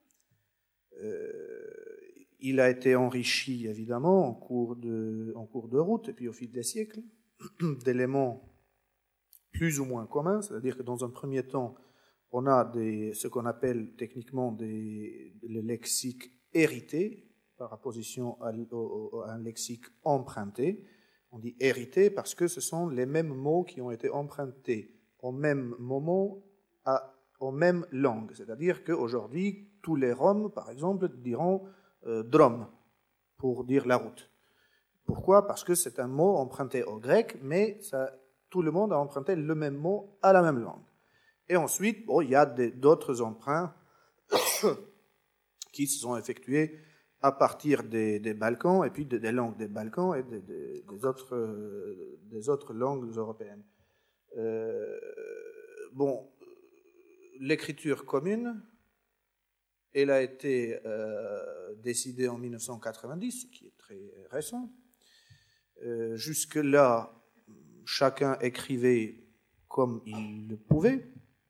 Euh, il a été enrichi, évidemment, en cours de, en cours de route, et puis au fil des siècles, d'éléments plus ou moins communs, c'est-à-dire que dans un premier temps, on a des, ce qu'on appelle techniquement des, le lexique hérité, par opposition à, au, à un lexique emprunté. On dit hérité parce que ce sont les mêmes mots qui ont été empruntés au même moment, à, aux mêmes langues. C'est-à-dire qu'aujourd'hui, tous les Roms, par exemple, diront euh, drom pour dire la route. Pourquoi? Parce que c'est un mot emprunté au grec, mais ça, tout le monde a emprunté le même mot à la même langue. Et ensuite, bon, il y a des, d'autres emprunts qui se sont effectués à partir des, des Balkans, et puis des, des langues des Balkans et des, des, des, autres, euh, des autres langues européennes. Euh, bon, l'écriture commune, elle a été euh, décidée en mille neuf cent quatre-vingt-dix, ce qui est très récent. Euh, jusque-là, chacun écrivait comme il le pouvait.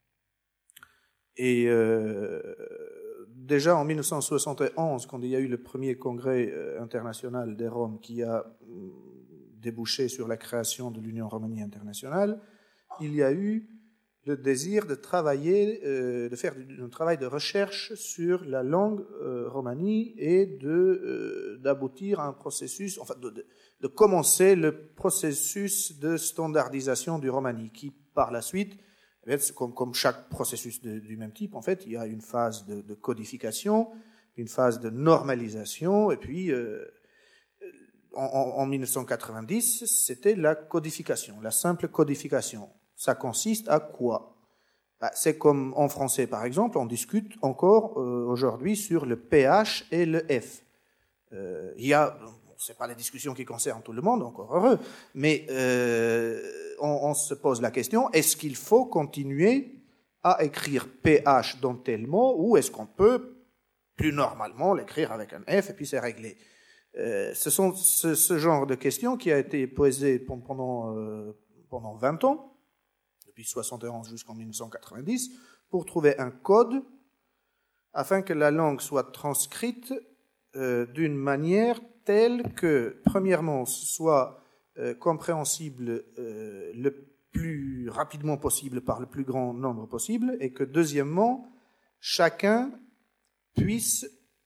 Et euh, déjà en mille neuf cent soixante et onze, quand il y a eu le premier congrès international des Roms qui a débouché sur la création de l'Union Romanie internationale, il y a eu le désir de travailler, euh, de faire un travail de recherche sur la langue euh, romanie et de euh, d'aboutir à un processus, enfin de, de, de commencer le processus de standardisation du romani, qui par la suite, comme, comme chaque processus de, du même type, en fait, il y a une phase de, de codification, une phase de normalisation, et puis euh, en, en mille neuf cent quatre-vingt-dix, c'était la codification, la simple codification. Ça consiste à quoi? Bah, c'est comme en français, par exemple, on discute encore euh, aujourd'hui sur le P H et le F. Euh, il y a, bon, c'est pas les discussions qui concernent tout le monde, encore heureux, mais euh, on, on se pose la question, est-ce qu'il faut continuer à écrire P H dans tel mot, ou est-ce qu'on peut plus normalement l'écrire avec un F et puis c'est réglé? Euh, ce sont ce, ce genre de questions qui a été posé pendant, euh, pendant vingt ans, depuis soixante et onze jusqu'en mille neuf cent quatre-vingt-dix, pour trouver un code afin que la langue soit transcrite euh, d'une manière telle que, premièrement, ce soit euh, compréhensible euh, le plus rapidement possible par le plus grand nombre possible, et que, deuxièmement, chacun puisse,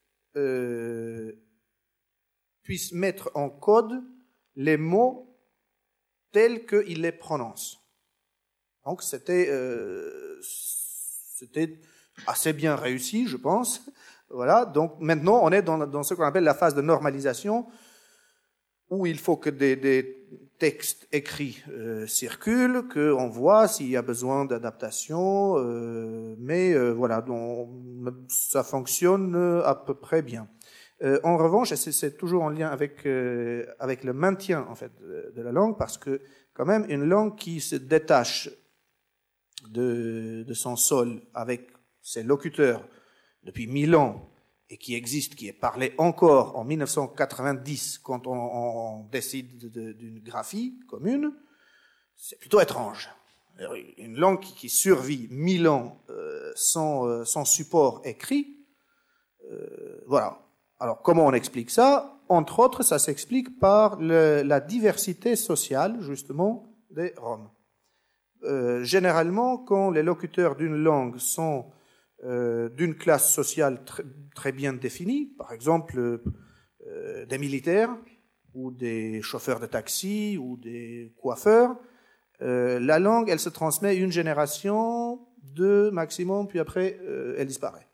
euh, puisse mettre en code les mots tels qu'il les prononce. Donc c'était euh, c'était assez bien réussi, je pense. Voilà. Donc maintenant, on est dans, dans ce qu'on appelle la phase de normalisation, où il faut que des, des textes écrits euh, circulent, qu'on voit s'il y a besoin d'adaptation, euh, mais euh, voilà, donc, ça fonctionne à peu près bien. Euh, en revanche, et c'est, c'est toujours en lien avec euh, avec le maintien en fait de, de la langue, parce que quand même une langue qui se détache De, de son sol avec ses locuteurs depuis mille ans et qui existe, qui est parlé encore en mille neuf cent quatre-vingt-dix quand on, on décide de, de, d'une graphie commune, c'est plutôt étrange. Une langue qui, qui survit mille ans euh, sans, euh, sans support écrit, euh, voilà. Alors comment on explique ça? Entre autres, ça s'explique par le, la diversité sociale justement des Roms. Euh, généralement, quand les locuteurs d'une langue sont euh, d'une classe sociale tr- très bien définie, par exemple euh, des militaires ou des chauffeurs de taxi ou des coiffeurs, euh, la langue, elle se transmet une génération, deux maximum, puis après, euh, elle disparaît.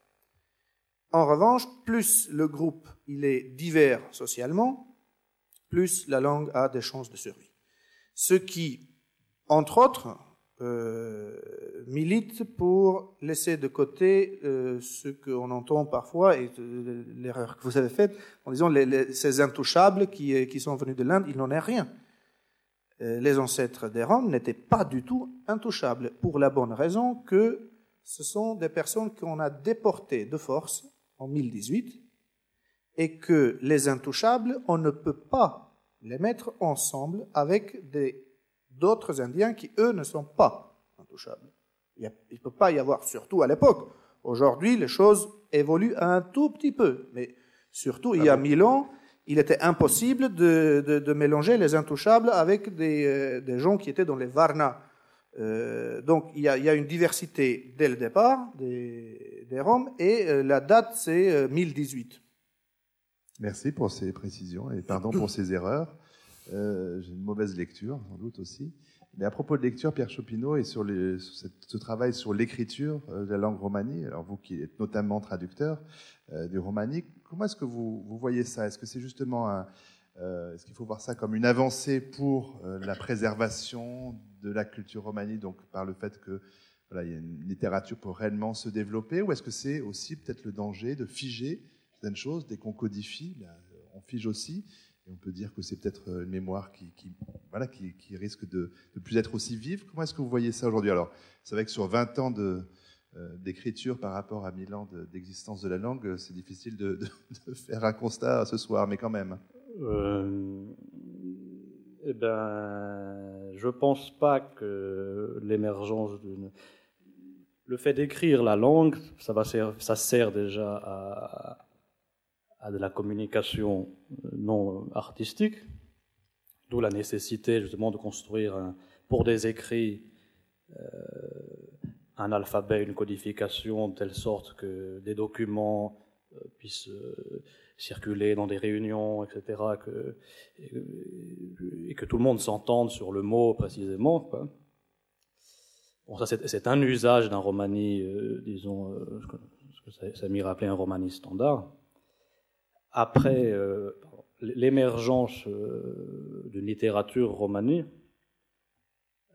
En revanche, plus le groupe il est divers socialement, plus la langue a des chances de survie. Ce qui, entre autres, Euh, milite pour laisser de côté euh, ce qu'on entend parfois, et euh, l'erreur que vous avez faite, en disant les, les, ces intouchables qui, qui sont venus de l'Inde, il n'en est rien. Euh, les ancêtres des Roms n'étaient pas du tout intouchables, pour la bonne raison que ce sont des personnes qu'on a déportées de force en mille dix-huit, et que les intouchables, on ne peut pas les mettre ensemble avec des d'autres Indiens qui, eux, ne sont pas intouchables. Il ne peut pas y avoir, surtout à l'époque. Aujourd'hui, les choses évoluent un tout petit peu, mais surtout, il y a mille ans, il était impossible de, de, de mélanger les intouchables avec des, euh, des gens qui étaient dans les Varnas. Euh, donc, il y, a, il y a une diversité dès le départ des, des Roms, et euh, la date, c'est euh, mille dix-huit. Merci pour ces précisions, et pardon pour ces erreurs. Euh, j'ai une mauvaise lecture, sans doute aussi. Mais à propos de lecture, Pierre Chopineau, et sur, les, sur cette, ce travail sur l'écriture euh, de la langue romanie, alors vous qui êtes notamment traducteur euh, du romani, comment est-ce que vous, vous voyez ça? Est-ce que c'est justement un, euh, est-ce qu'il faut voir ça comme une avancée pour euh, la préservation de la culture romanie, donc par le fait que voilà, il y a une littérature pour réellement se développer, ou est-ce que c'est aussi peut-être le danger de figer certaines choses dès qu'on codifie, là, on fige aussi? Et on peut dire que c'est peut-être une mémoire qui, qui, voilà, qui, qui risque de ne plus être aussi vive. Comment est-ce que vous voyez ça aujourd'hui? Alors, c'est vrai que sur vingt ans de, euh, d'écriture par rapport à mille ans de, d'existence de la langue, c'est difficile de, de, de faire un constat ce soir, mais quand même. Euh, eh ben, je pense pas que l'émergence d'une... Le fait d'écrire la langue, ça, va ser... ça sert déjà à, à de la communication non artistique, d'où la nécessité justement de construire un, pour des écrits euh, un alphabet, une codification de telle sorte que des documents euh, puissent euh, circuler dans des réunions, et cetera, que, et, et que tout le monde s'entende sur le mot précisément, quoi. Bon, ça c'est, c'est un usage d'un romani, euh, disons, euh, ce que Samir appelait un romani standard. Après euh, l'émergence euh, d'une littérature romani, euh,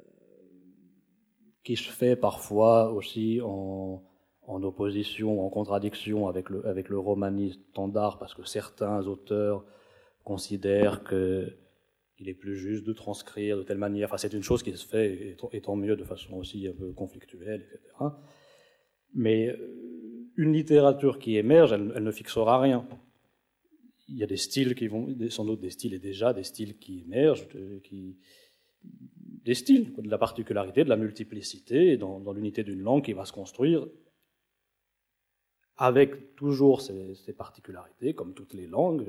qui se fait parfois aussi en, en opposition, en contradiction avec le, avec le romani standard, parce que certains auteurs considèrent que il est plus juste de transcrire de telle manière. Enfin, c'est une chose qui se fait, et tant mieux, de façon aussi un peu conflictuelle, et cetera. Mais une littérature qui émerge, elle, elle ne fixera rien. Il y a des styles qui vont, sans doute des styles et déjà des styles qui émergent, qui, des styles, de la particularité, de la multiplicité, dans, dans l'unité d'une langue qui va se construire avec toujours ces, ces particularités, comme toutes les langues.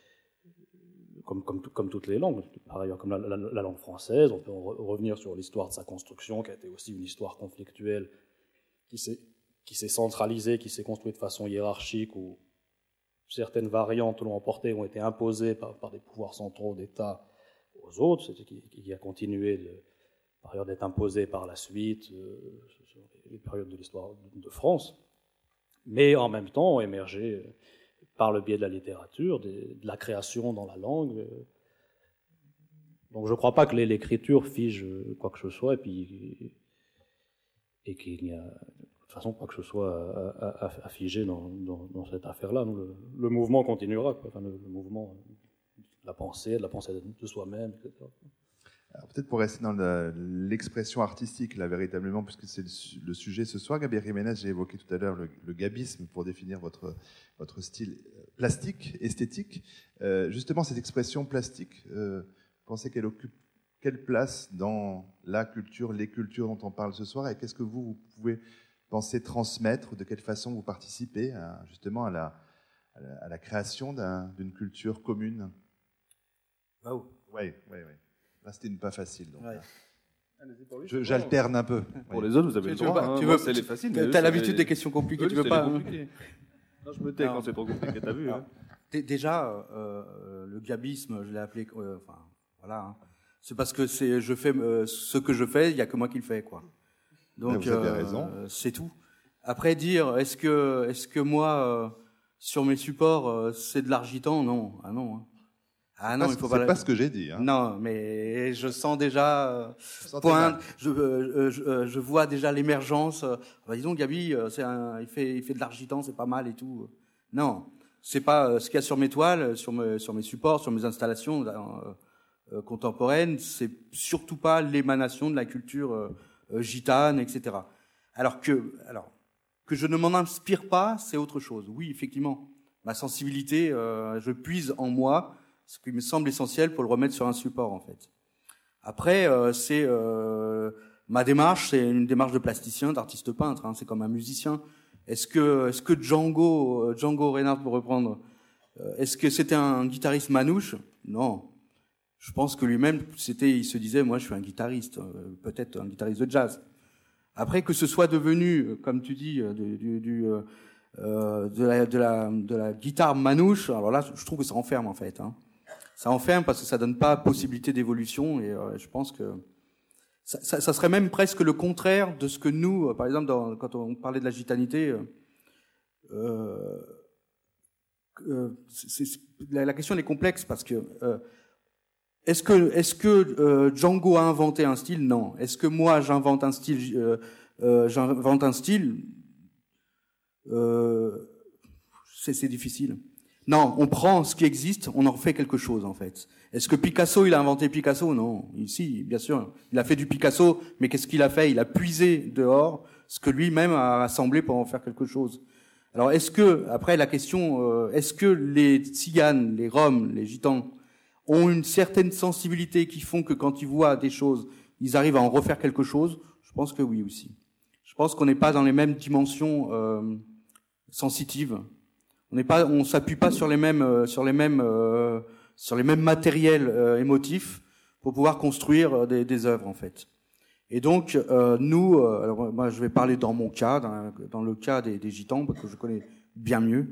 Comme, comme, comme toutes les langues, par ailleurs, comme la, la, la langue française, on peut en re- revenir sur l'histoire de sa construction, qui a été aussi une histoire conflictuelle, qui s'est, qui s'est centralisée, qui s'est construite de façon hiérarchique, où certaines variantes l'ont emporté, ont été imposées par, par des pouvoirs centraux d'État aux autres, c'est, qui, qui a continué, de, par ailleurs, d'être imposée par la suite, euh, sur les périodes de l'histoire de, de France, mais en même temps ont émergé... Euh, par le biais de la littérature, de, de la création dans la langue. Donc je ne crois pas que l'écriture fige quoi que ce soit, et, puis, et qu'il n'y a de toute façon quoi que ce soit à, à, à figer dans, dans, dans cette affaire-là. Le, le mouvement continuera, quoi. Enfin, le, le mouvement de la pensée, de la pensée de soi-même, et cetera. Alors, peut-être pour rester dans le, l'expression artistique, là, véritablement, puisque c'est le, le sujet ce soir, Gabriel Jiménez, j'ai évoqué tout à l'heure le, le gabisme pour définir votre, votre style plastique, esthétique. Euh, justement, cette expression plastique, euh, vous pensez qu'elle occupe quelle place dans la culture, les cultures dont on parle ce soir, et qu'est-ce que vous, vous pouvez penser transmettre, de quelle façon vous participez à, justement à la, à la, à la création d'un, d'une culture commune? Waouh. Oui, oui, oui. Là, c'était une pas facile. Donc, Ouais. je, j'alterne un peu. Pour oui. les autres, vous avez Tu, le droit. tu veux, Hein. tu Moi, veux, c'est les faciles. tu as l'habitude des questions compliquées, tu veux pas. Hein. Non, je me tais Non. quand c'est trop compliqué, t'as vu. Hein. Déjà, euh, le gabisme, je l'ai appelé, euh, enfin, voilà, hein. C'est parce que c'est, je fais euh, ce que je fais, il y a que moi qui le fais, quoi. Donc, vous avez euh, raison. c'est tout. Après, dire, est-ce que, est-ce que moi, euh, sur mes supports, euh, c'est de l'argitan? Non, ah non. Hein. Ah non, pas, il faut c'est pas. pas ce que j'ai dit. Hein. Non, mais je sens déjà euh, Vous point. Je, euh, je, euh, je vois déjà l'émergence. Euh, bah, dis donc, Gabi, euh, c'est un, il fait, il fait de l'argitan, c'est pas mal et tout. Non, c'est pas euh, ce qu'il y a sur mes toiles, sur mes, sur mes supports, sur mes installations euh, euh, contemporaines. C'est surtout pas l'émanation de la culture euh, euh, gitane, et cetera. Alors que, alors que je ne m'en inspire pas, c'est autre chose. Oui, effectivement, ma sensibilité, euh, je puise en moi ce qui me semble essentiel pour le remettre sur un support, en fait. Après, euh, c'est euh, ma démarche, c'est une démarche de plasticien, d'artiste peintre. Hein, c'est comme un musicien. Est-ce que, est-ce que Django, Django Reinhardt, pour reprendre, euh, est-ce que c'était un guitariste manouche? Non. Je pense que lui-même, c'était, il se disait, moi, je suis un guitariste, euh, peut-être un guitariste de jazz. Après, que ce soit devenu, comme tu dis, du, du, du euh, de, la, de la, de la guitare manouche. Alors là, je trouve que ça enferme, en fait. Hein. Ça enferme parce que ça donne pas possibilité d'évolution, et euh, je pense que ça, ça, ça serait même presque le contraire de ce que nous, par exemple, dans, quand on parlait de la gitanité, euh, euh, c'est, c'est, la, la question elle est complexe parce que euh, est-ce que est-ce que euh, Django a inventé un style? Non. Est-ce que moi j'invente un style? Euh, euh, j'invente un style? euh, c'est, c'est difficile. Non, on prend ce qui existe, on en fait quelque chose, en fait. Est-ce que Picasso, il a inventé Picasso? Non. Si, bien sûr. Il a fait du Picasso, mais qu'est-ce qu'il a fait? Il a puisé dehors ce que lui-même a rassemblé pour en faire quelque chose. Alors, est-ce que, après la question, euh, est-ce que les tziganes, les roms, les gitans ont une certaine sensibilité qui font que quand ils voient des choses, ils arrivent à en refaire quelque chose? Je pense que oui aussi. Je pense qu'on n'est pas dans les mêmes dimensions euh, sensitives. On n'est pas, on s'appuie pas sur les mêmes, euh, sur les mêmes, euh, sur les mêmes matériels euh, émotifs pour pouvoir construire des, des œuvres en fait. Et donc, euh, nous, euh, alors moi je vais parler dans mon cas, dans, dans le cas des, des gitans, parce que je connais bien mieux.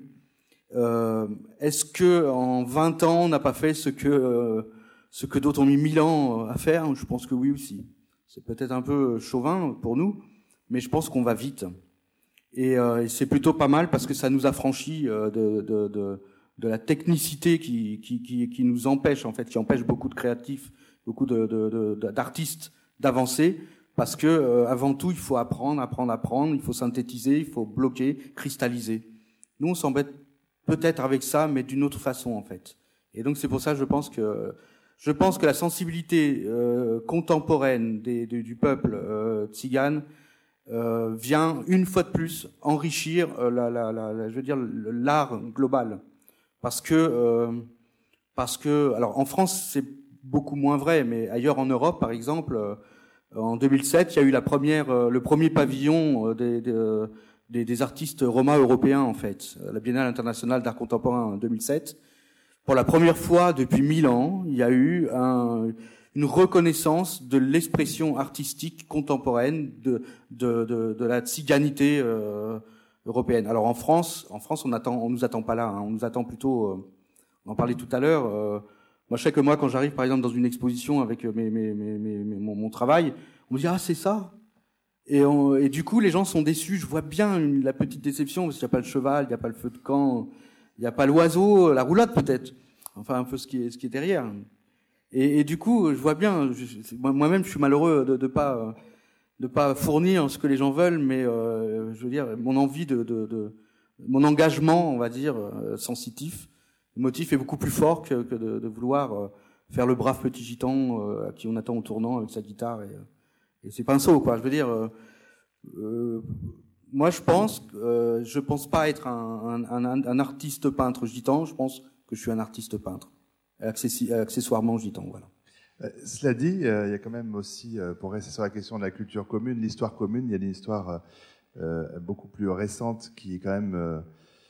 Euh, est-ce que en vingt ans, on n'a pas fait ce que euh, ce que d'autres ont mis mille ans à faire? Je pense que oui aussi. C'est peut-être un peu chauvin pour nous, mais je pense qu'on va vite. Et, euh, et c'est plutôt pas mal parce que ça nous affranchit euh, de, de, de, de la technicité qui, qui, qui, qui nous empêche, en fait, qui empêche beaucoup de créatifs, beaucoup de, de, de, d'artistes d'avancer, parce que euh, avant tout, il faut apprendre, apprendre, apprendre, il faut synthétiser, il faut bloquer, cristalliser. Nous, on s'embête peut-être avec ça, mais d'une autre façon, en fait. Et donc, c'est pour ça, je pense que je pense que la sensibilité euh, contemporaine des, de, du peuple euh, tzigane euh, vient une fois de plus enrichir euh, la, la, la, la, je veux dire, l'art global, parce que euh, parce que alors en France, c'est beaucoup moins vrai, mais ailleurs en Europe, par exemple, euh, en deux mille sept, il y a eu la première, euh, le premier pavillon euh, des, des, des, des artistes romains européens, en fait, la Biennale internationale d'art contemporain en deux mille sept. Pour la première fois depuis mille ans, il y a eu un, une reconnaissance de l'expression artistique contemporaine de, de, de, de la tziganité euh, européenne. Alors en France, en France, on attend, on nous attend pas là, hein, on nous attend plutôt. Euh, on en parlait tout à l'heure. Euh, Moi, je sais que moi, quand j'arrive, par exemple, dans une exposition avec mes, mes, mes, mes, mon, mon travail, on me dit « Ah, c'est ça !» et, on, et du coup, les gens sont déçus. Je vois bien une, la petite déception, parce qu'il n'y a pas le cheval, il n'y a pas le feu de camp, il n'y a pas l'oiseau, la roulotte peut-être. Enfin, un peu ce qui est, ce qui est derrière. Et, et du coup, je vois bien, je, moi-même, je suis malheureux de ne pas, de pas fournir ce que les gens veulent, mais euh, je veux dire, mon envie de, de, de... mon engagement, on va dire, euh, sensitif, le motif est beaucoup plus fort que, que de, de vouloir euh, faire le brave petit gitan euh, à qui on attend au tournant avec sa guitare. Et, et c'est pinceau, quoi. Je veux dire, euh, euh, moi, je pense, euh, je pense pas être un, un, un, un artiste peintre gitan. Je pense que je suis un artiste peintre, accessi- accessoirement gitan. Voilà. Euh, cela dit, euh, il y a quand même aussi, euh, pour rester sur la question de la culture commune, l'histoire commune. Il y a une histoire euh, beaucoup plus récente qui est quand même euh,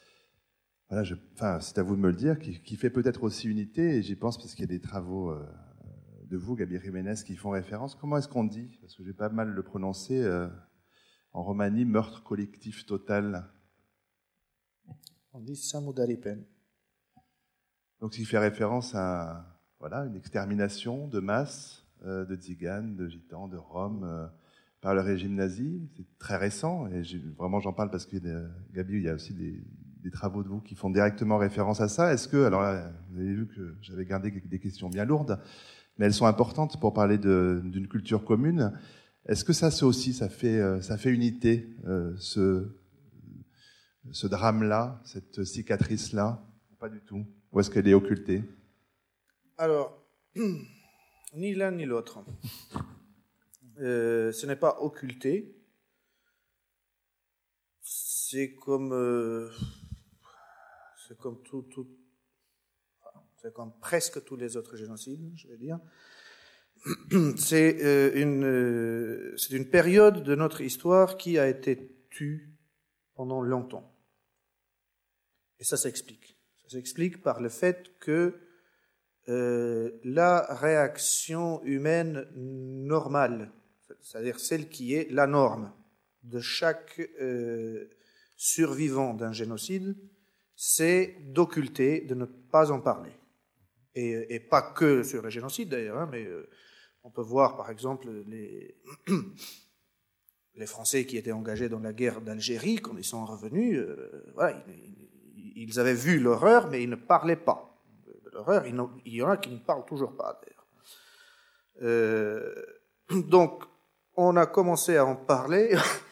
Voilà, je, enfin, c'est à vous de me le dire, qui, qui fait peut-être aussi unité, et j'y pense parce qu'il y a des travaux euh, de vous, Gabi Jiménez, qui font référence. Comment est-ce qu'on dit? Parce que j'ai pas mal le prononcer. Euh, en Roumanie, meurtre collectif total. On dit Samudaripen. Donc, ce qui fait référence à voilà, une extermination de masse euh, de tziganes, de gitans, de roms, euh, par le régime nazi. C'est très récent, et j'ai, vraiment j'en parle parce que, euh, Gabi, il y a aussi des... des travaux de vous qui font directement référence à ça. Est-ce que, alors là, vous avez vu que j'avais gardé des questions bien lourdes, mais elles sont importantes pour parler de, d'une culture commune. Est-ce que ça, c'est aussi, ça fait, ça fait unité, euh, ce, ce drame-là, cette cicatrice-là? Pas du tout. Ou est-ce qu'elle est occultée? Alors, ni l'un ni l'autre. Euh, ce n'est pas occulté. C'est comme... Euh, C'est comme tout, tout, c'est comme presque tous les autres génocides, je vais dire. C'est euh, une, euh, c'est une période de notre histoire qui a été tue pendant longtemps. Et ça s'explique. Ça s'explique par le fait que euh, la réaction humaine normale, c'est-à-dire celle qui est la norme de chaque euh, survivant d'un génocide, c'est d'occulter, de ne pas en parler. Et, et pas que sur le génocide d'ailleurs, hein, mais euh, on peut voir par exemple les, les Français qui étaient engagés dans la guerre d'Algérie, quand ils sont revenus, euh, voilà, ils, ils avaient vu l'horreur, mais ils ne parlaient pas de l'horreur. Il, il y en a qui ne parlent toujours pas d'ailleurs. Euh, donc, on a commencé à en parler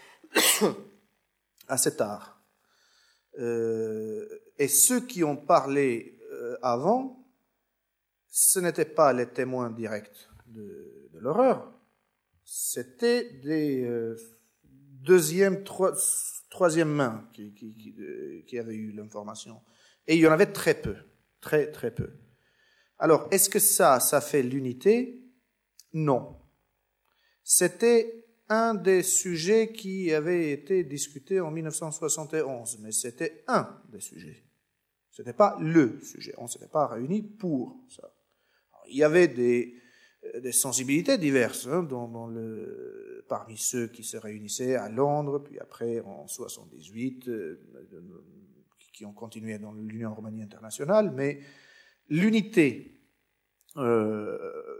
assez tard. Euh, et ceux qui ont parlé euh, avant, ce n'étaient pas les témoins directs de, de l'horreur, c'était des, euh, deuxième, trois, troisième main qui, qui, qui, qui avait eu l'information. Et il y en avait très peu, très très peu. Alors, est-ce que ça, ça fait l'unité? Non. C'était un des sujets qui avait été discuté en mille neuf cent soixante et onze, mais c'était un des sujets. Ce n'était pas le sujet. On ne s'était pas réunis pour ça. Alors, il y avait des, des sensibilités diverses hein, dans, dans le, parmi ceux qui se réunissaient à Londres, puis après en soixante-dix-huit, euh, qui ont continué dans l'Union Romanie Internationale, mais l'unité euh,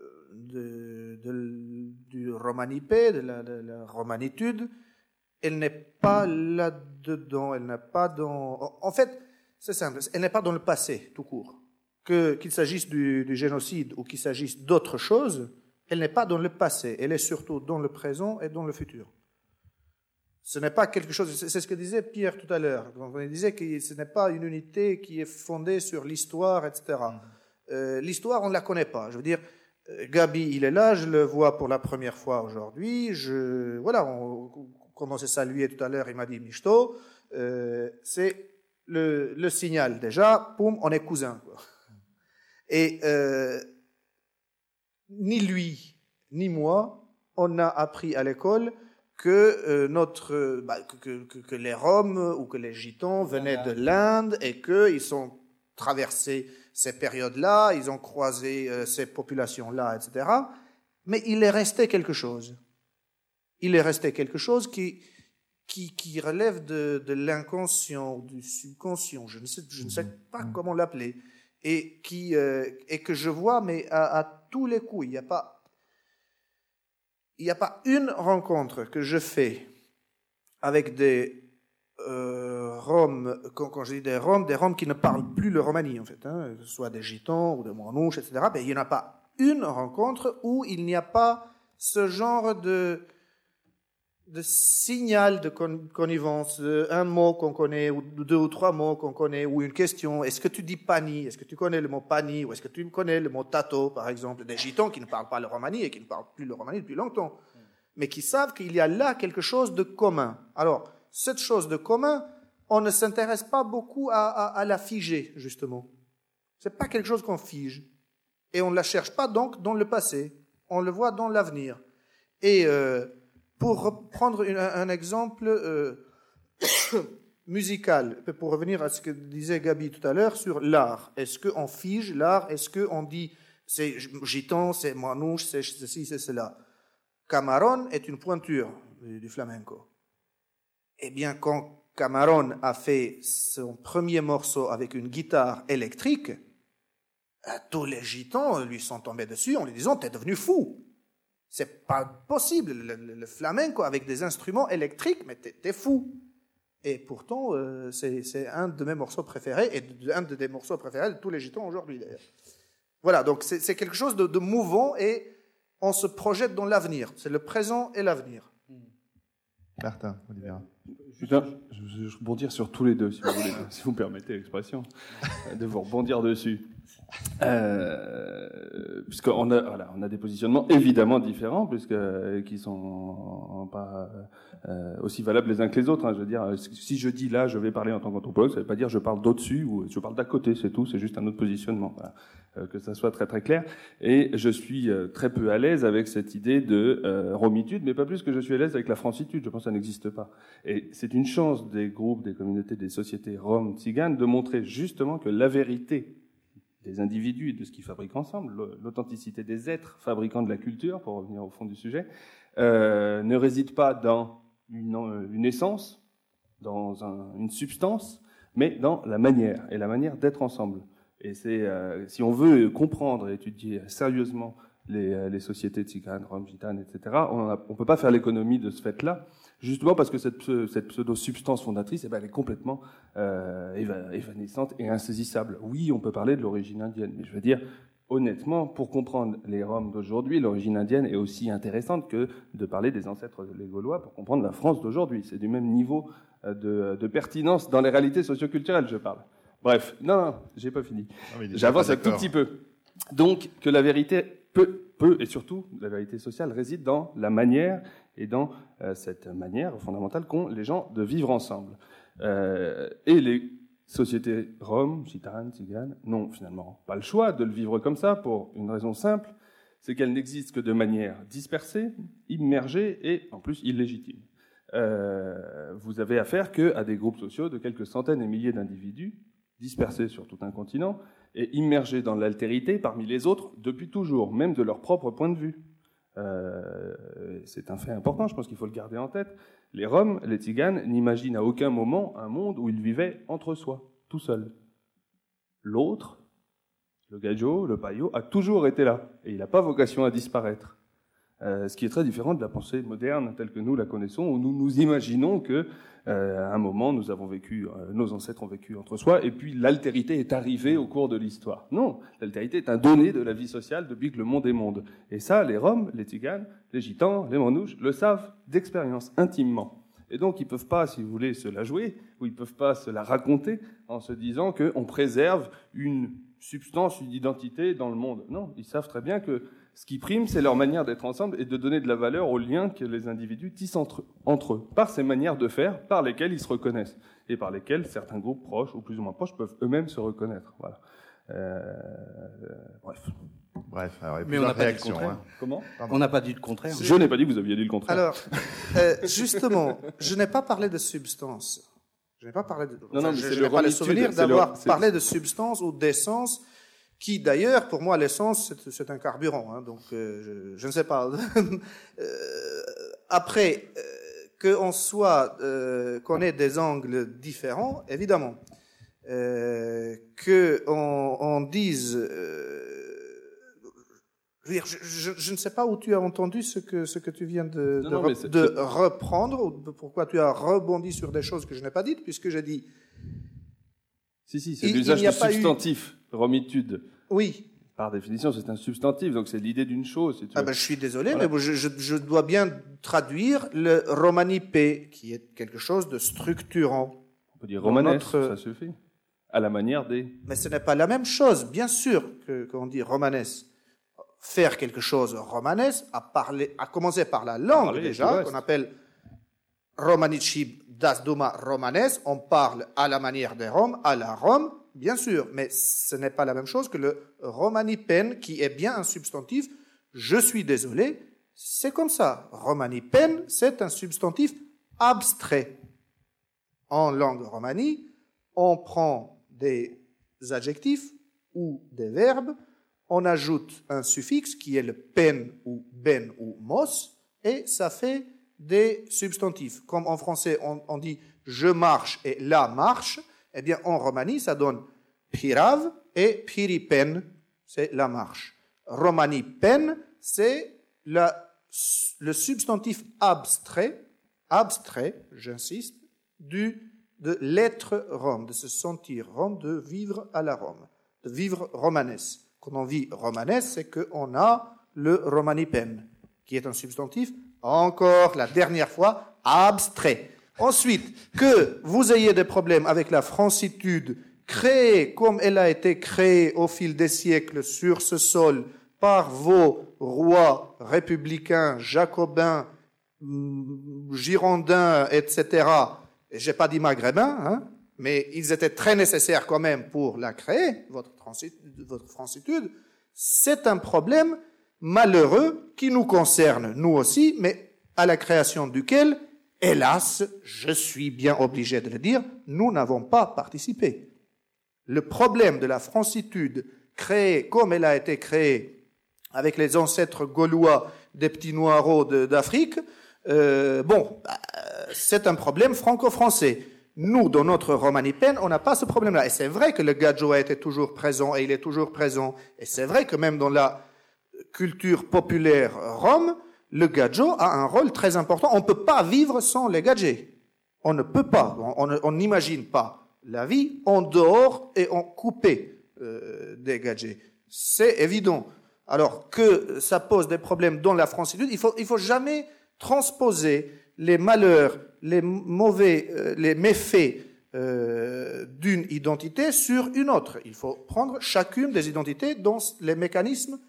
de, de, du romanipé, de la, de la romanitude, elle n'est pas là-dedans, elle n'est pas dans... En fait, c'est simple, elle n'est pas dans le passé, tout court. Que, qu'il s'agisse du, du génocide ou qu'il s'agisse d'autre chose, elle n'est pas dans le passé, elle est surtout dans le présent et dans le futur. Ce n'est pas quelque chose, c'est ce que disait Pierre tout à l'heure, on disait que ce n'est pas une unité qui est fondée sur l'histoire, et cetera. Mmh. Euh, l'histoire, on ne la connaît pas. Je veux dire, Gabi, il est là, je le vois pour la première fois aujourd'hui, je, voilà, on, quand on s'est salué tout à l'heure, il m'a dit Michto, euh, c'est le, le signal déjà, poum, on est cousins, quoi. Et euh, ni lui, ni moi, on a appris à l'école que euh, notre, bah, que, que, que les Roms ou que les Gitans venaient de l'Inde et qu'ils sont traversés ces périodes-là, ils ont croisé euh, ces populations-là, et cetera. Mais il est resté quelque chose. Il est resté quelque chose qui, qui, qui relève de, de l'inconscient, du subconscient, je ne sais, je ne sais pas comment l'appeler, et, qui, euh, et que je vois, mais à, à tous les coups, il n'y a pas... Il n'y a pas une rencontre que je fais avec des euh, Roms, quand, quand je dis des Roms, des Roms qui ne parlent plus le romani, en fait, hein, que ce soit des Gitans ou des Manouches, et cetera. Mais il n'y en a pas une rencontre où il n'y a pas ce genre de, de signal de connivence, un mot qu'on connaît, ou deux ou trois mots qu'on connaît, ou une question. Est-ce que tu dis pani? Est-ce que tu connais le mot pani? Ou est-ce que tu connais le mot tato, par exemple? Des Gitans qui ne parlent pas le romani et qui ne parlent plus le romani depuis longtemps, mais qui savent qu'il y a là quelque chose de commun. Alors, cette chose de commun, on ne s'intéresse pas beaucoup à, à, à la figer, justement. C'est pas quelque chose qu'on fige. Et on ne la cherche pas donc dans le passé. On le voit dans l'avenir. Et... Euh, Pour prendre une, un exemple euh, musical, pour revenir à ce que disait Gabi tout à l'heure sur l'art, est-ce qu'on fige l'art? Est-ce qu'on dit c'est gitan, c'est manouche, c'est ceci, c'est cela? Camarón est une pointure du, du flamenco. Eh bien, quand Camarón a fait son premier morceau avec une guitare électrique, tous les gitans lui sont tombés dessus en lui disant « T'es devenu fou !» C'est pas possible, le, le, le flamenco avec des instruments électriques, mais t'es, t'es fou. Et pourtant, euh, c'est, c'est un de mes morceaux préférés, et de, un des morceaux préférés de tous les gitans aujourd'hui, d'ailleurs. Voilà, donc c'est, c'est quelque chose de, de mouvant, et on se projette dans l'avenir. C'est le présent et l'avenir. Martin, Olivier. Putain, je vais rebondir sur tous les deux, si vous voulez, si vous me permettez l'expression, de vous rebondir dessus. Euh, puisqu'on a, voilà, on a des positionnements évidemment différents, puisque qui sont pas euh, aussi valables les uns que les autres. Hein. Je veux dire, si je dis là, je vais parler en tant qu'anthropologue, ça ne veut pas dire je parle d'au-dessus ou je parle d'à côté, c'est tout. C'est juste un autre positionnement. Voilà. Euh, que ça soit très très clair. Et je suis euh, très peu à l'aise avec cette idée de euh, romitude, mais pas plus que je suis à l'aise avec la francitude. Je pense que ça n'existe pas. Et c'est une chance des groupes, des communautés, des sociétés roms, tziganes de montrer justement que la vérité des individus et de ce qu'ils fabriquent ensemble, l'authenticité des êtres fabricants de la culture, pour revenir au fond du sujet, euh, ne réside pas dans une, une essence, dans un, une substance, mais dans la manière, et la manière d'être ensemble. Et c'est, euh, si on veut comprendre et étudier sérieusement les, les sociétés tziganes, roms, gitanes, et cetera, on ne peut pas faire l'économie de ce fait-là, justement parce que cette, cette pseudo-substance fondatrice, eh ben, elle est complètement euh, évanescente et insaisissable. Oui, on peut parler de l'origine indienne, mais je veux dire, honnêtement, pour comprendre les Roms d'aujourd'hui, l'origine indienne est aussi intéressante que de parler des ancêtres les Gaulois pour comprendre la France d'aujourd'hui. C'est du même niveau de, de pertinence dans les réalités socioculturelles, je parle. Bref, non, non, j'ai pas fini. Non, J'avance un tout petit peu. Donc, que la vérité peut peut, et surtout, la vérité sociale réside dans la manière et dans euh, cette manière fondamentale qu'ont les gens de vivre ensemble. Euh, et les sociétés roms, gitanes, tziganes, n'ont finalement pas le choix de le vivre comme ça pour une raison simple, c'est qu'elles n'existent que de manière dispersée, immergée et en plus illégitime. Euh, vous avez affaire qu'à des groupes sociaux de quelques centaines et milliers d'individus dispersés sur tout un continent et immergés dans l'altérité parmi les autres depuis toujours, même de leur propre point de vue. Euh, c'est un fait important, je pense qu'il faut le garder en tête. Les Roms, les Tziganes, n'imaginent à aucun moment un monde où ils vivaient entre soi, tout seuls. L'autre, le Gadjo, le Payo, a toujours été là, et il n'a pas vocation à disparaître. Euh, ce qui est très différent de la pensée moderne telle que nous la connaissons, où nous nous imaginons que euh, à un moment nous avons vécu, euh, nos ancêtres ont vécu entre soi, et puis l'altérité est arrivée au cours de l'histoire. Non, l'altérité est un donné de la vie sociale depuis que le monde est monde. Et ça, les Roms, les Tziganes, les Gitans, les Manouches le savent d'expérience, intimement. Et donc ils peuvent pas, si vous voulez, se la jouer, ou ils peuvent pas se la raconter en se disant qu'on préserve une substance, une identité dans le monde. Non, ils savent très bien que ce qui prime, c'est leur manière d'être ensemble et de donner de la valeur aux liens que les individus tissent entre, entre eux, par ces manières de faire par lesquelles ils se reconnaissent, et par lesquelles certains groupes proches, ou plus ou moins proches, peuvent eux-mêmes se reconnaître. Voilà. Euh, euh, bref. Bref, alors, mais on n'a pas dit le contraire. Hein. Comment ? On n'a pas dit le contraire. Je n'ai pas dit que vous aviez dit le contraire. Alors, euh, justement, je n'ai pas parlé de substance. Je n'ai pas parlé de... Non, non, mais je c'est je le n'ai pas le romitude, souvenir c'est d'avoir le- c'est- parlé de substance ou d'essence, qui d'ailleurs, pour moi, l'essence, c'est, c'est un carburant. Hein, donc, euh, je, je ne sais pas. Euh, après, euh, qu'on soit, euh, qu'on ait des angles différents, évidemment. Euh, qu'on on dise... Euh, je, veux dire, je, je, je ne sais pas où tu as entendu ce que, ce que tu viens de, Non, de, non, re- mais c'est- de c'est- reprendre, ou de- pourquoi tu as rebondi sur des choses que je n'ai pas dites, puisque j'ai dit, Si, si, c'est Il- l'usage il n'y a de pas eu- substantif, romitude. oui, Par définition, c'est un substantif, donc c'est l'idée d'une chose. Si tu ah veux. ben, je suis désolé, Voilà. mais je, je, je dois bien traduire le romanipé, qui est quelque chose de structurant. On peut dire dans romanesque, notre- ça suffit. À la manière des... Mais ce n'est pas la même chose, bien sûr, que qu'on dit romanesque. Faire quelque chose romanesque, à, parler, à commencer par la langue Parler, tout déjà, le reste. qu'on appelle romanici das doma romanes, on parle à la manière des Roms, à la Rome, bien sûr, mais ce n'est pas la même chose que le romanipen, qui est bien un substantif. Je suis désolé, c'est comme ça. Romanipen, c'est un substantif abstrait. En langue romanie, on prend des adjectifs ou des verbes, on ajoute un suffixe qui est le pen ou ben ou mos, et ça fait des substantifs. Comme en français, on, on dit je marche et la marche, eh bien en romanie, ça donne pirav et piripen, c'est la marche. Romanipen, c'est la, le substantif abstrait, abstrait, j'insiste, du, de l'être Rome, de se sentir Rome, de vivre à la Rome, de vivre romanesque. Quand on vit romanesque, c'est qu'on a le romanipen, qui est un substantif, encore la dernière fois, abstrait. Ensuite, que vous ayez des problèmes avec la francitude créée comme elle a été créée au fil des siècles sur ce sol par vos rois républicains, jacobins, girondins, et cetera. Et j'ai pas dit maghrébins, hein, mais ils étaient très nécessaires quand même pour la créer, votre, votre francitude. C'est un problème malheureux qui nous concerne, nous aussi, mais à la création duquel, hélas, je suis bien obligé de le dire, nous n'avons pas participé. Le problème de la francitude créée comme elle a été créée avec les ancêtres gaulois des petits noireaux de, d'Afrique, euh, bon, bah, c'est un problème franco-français. Nous, dans notre romanipen, on n'a pas ce problème-là. Et c'est vrai que le gadjo a été toujours présent, et il est toujours présent. Et c'est vrai que même dans la culture populaire rome, le gadjo a un rôle très important. On ne peut pas vivre sans les gadjés. On ne peut pas, on n'imagine pas la vie en dehors et en coupé euh, des gadgets. C'est évident. Alors que ça pose des problèmes dans la francitude, il faut, il faut jamais transposer les malheurs, les mauvais, euh, les méfaits euh, d'une identité sur une autre. Il faut prendre chacune des identités dans les mécanismes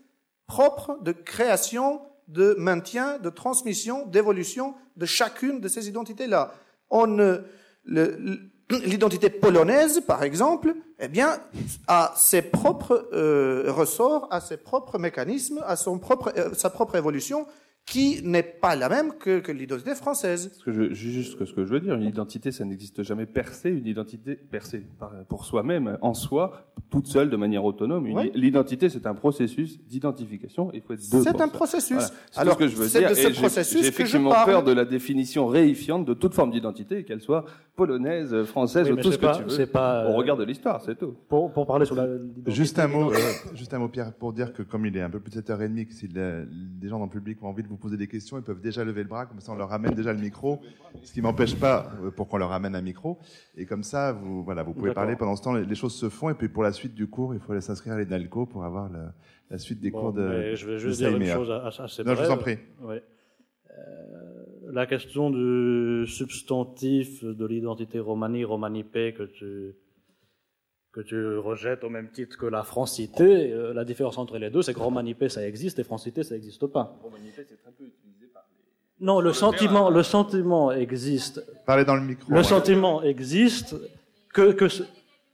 propre de création, de maintien, de transmission, d'évolution de chacune de ces identités-là. On ne, le, l'identité polonaise, par exemple, eh bien, a ses propres euh, ressorts, a ses propres mécanismes, a son propre, euh, sa propre évolution, qui n'est pas la même que, que l'identité française. Ce que je, juste ce que je veux dire, une identité, ça n'existe jamais per se, une identité percée pour soi-même, en soi, toute seule, de manière autonome. Une, oui. L'identité, c'est un processus d'identification, il faut être deux. C'est un ça. processus. Voilà. C'est Alors, tout ce que je veux c'est dire. de ce et processus j'ai, j'ai que je effectivement parle. peur de la définition réifiante de toute forme d'identité, qu'elle soit polonaise, française, oui, ou tout ce pas, que tu veux. C'est pas, Au regard de l'histoire, c'est tout. Pour, pour parler sur la... Juste un mot, euh, juste un mot, Pierre, pour dire que comme il est un peu plus de sept heures trente, que si les, des gens dans le public ont envie de vous poser des questions, ils peuvent déjà lever le bras, comme ça on leur ramène déjà le micro, ce qui m'empêche pas pour qu'on leur ramène un micro, et comme ça vous voilà vous pouvez D'accord. parler pendant ce temps, les, les choses se font, et puis pour la suite du cours il faut aller s'inscrire à l'ENALCO pour avoir le, la suite des bon, cours de je vais juste dire une chose assez non, brève. je vous en prie. Ouais. Euh, la question du substantif de l'identité romani, romanipé que tu que tu rejettes au même titre que la francité, euh, la différence entre les deux, c'est que romanipé ça existe et francité ça n'existe pas. Romanipé c'est très peu utilisé par les... Non, le sentiment, le sentiment existe. Parlez dans le micro. Le ouais. sentiment existe que que ce...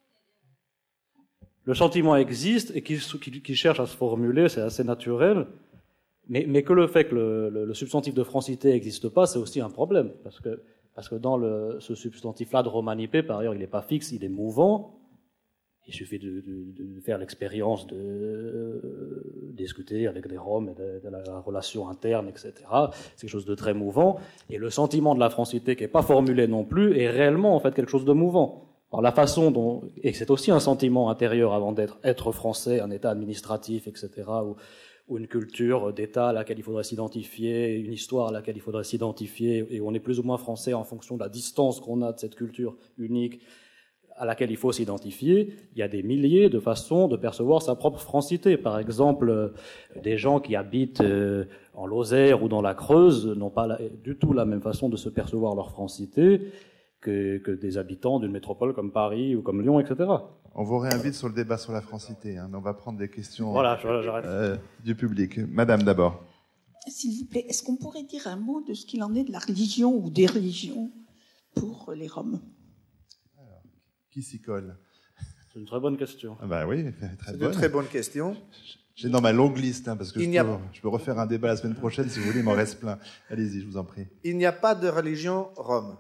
le sentiment existe et qui qui, qui cherche à se formuler, c'est assez naturel. Mais, mais que le fait que le, le, le substantif de francité n'existe pas, c'est aussi un problème, parce que parce que dans le, ce substantif-là de romanipé, par ailleurs, il n'est pas fixe, il est mouvant. Il suffit de, de, de faire l'expérience de euh, discuter avec des Roms et de, de la relation interne, et cetera. C'est quelque chose de très mouvant. Et le sentiment de la francité, qui n'est pas formulé non plus, est réellement en fait quelque chose de mouvant. Par la façon dont, et c'est aussi un sentiment intérieur avant d'être être français, un état administratif, et cetera. Ou, ou une culture d'État à laquelle il faudrait s'identifier, une histoire à laquelle il faudrait s'identifier, et où on est plus ou moins français en fonction de la distance qu'on a de cette culture unique à laquelle il faut s'identifier. Il y a des milliers de façons de percevoir sa propre francité. Par exemple, euh, des gens qui habitent euh, en Lozère ou dans la Creuse n'ont pas la, du tout la même façon de se percevoir leur francité que, que des habitants d'une métropole comme Paris ou comme Lyon, et cetera. On vous réinvite sur le débat sur la francité, hein, mais on va prendre des questions voilà, j'arrête. Euh, du public. Madame d'abord. S'il vous plaît, est-ce qu'on pourrait dire un mot de ce qu'il en est de la religion ou des religions pour les Roms ? Alors, qui s'y colle ? C'est une très bonne question. Ah bah oui, très C'est bonne. une très bonne question. J'ai dans ma longue liste, hein, parce que je Il peux, je peux refaire un débat la semaine prochaine, si vous voulez, il m'en reste plein. Allez-y, je vous en prie. Il n'y a pas de religion rome.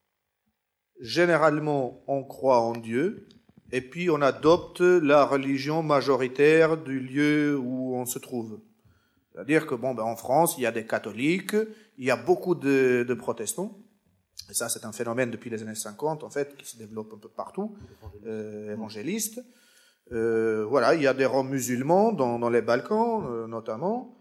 Généralement, on croit en Dieu, et puis on adopte la religion majoritaire du lieu où on se trouve. C'est-à-dire que, bon, ben, en France, il y a des catholiques, il y a beaucoup de, de protestants, et ça, c'est un phénomène depuis les années cinquante, en fait, qui se développe un peu partout, euh, évangélistes. Euh, voilà, il y a des Roms musulmans dans, dans les Balkans, euh, notamment,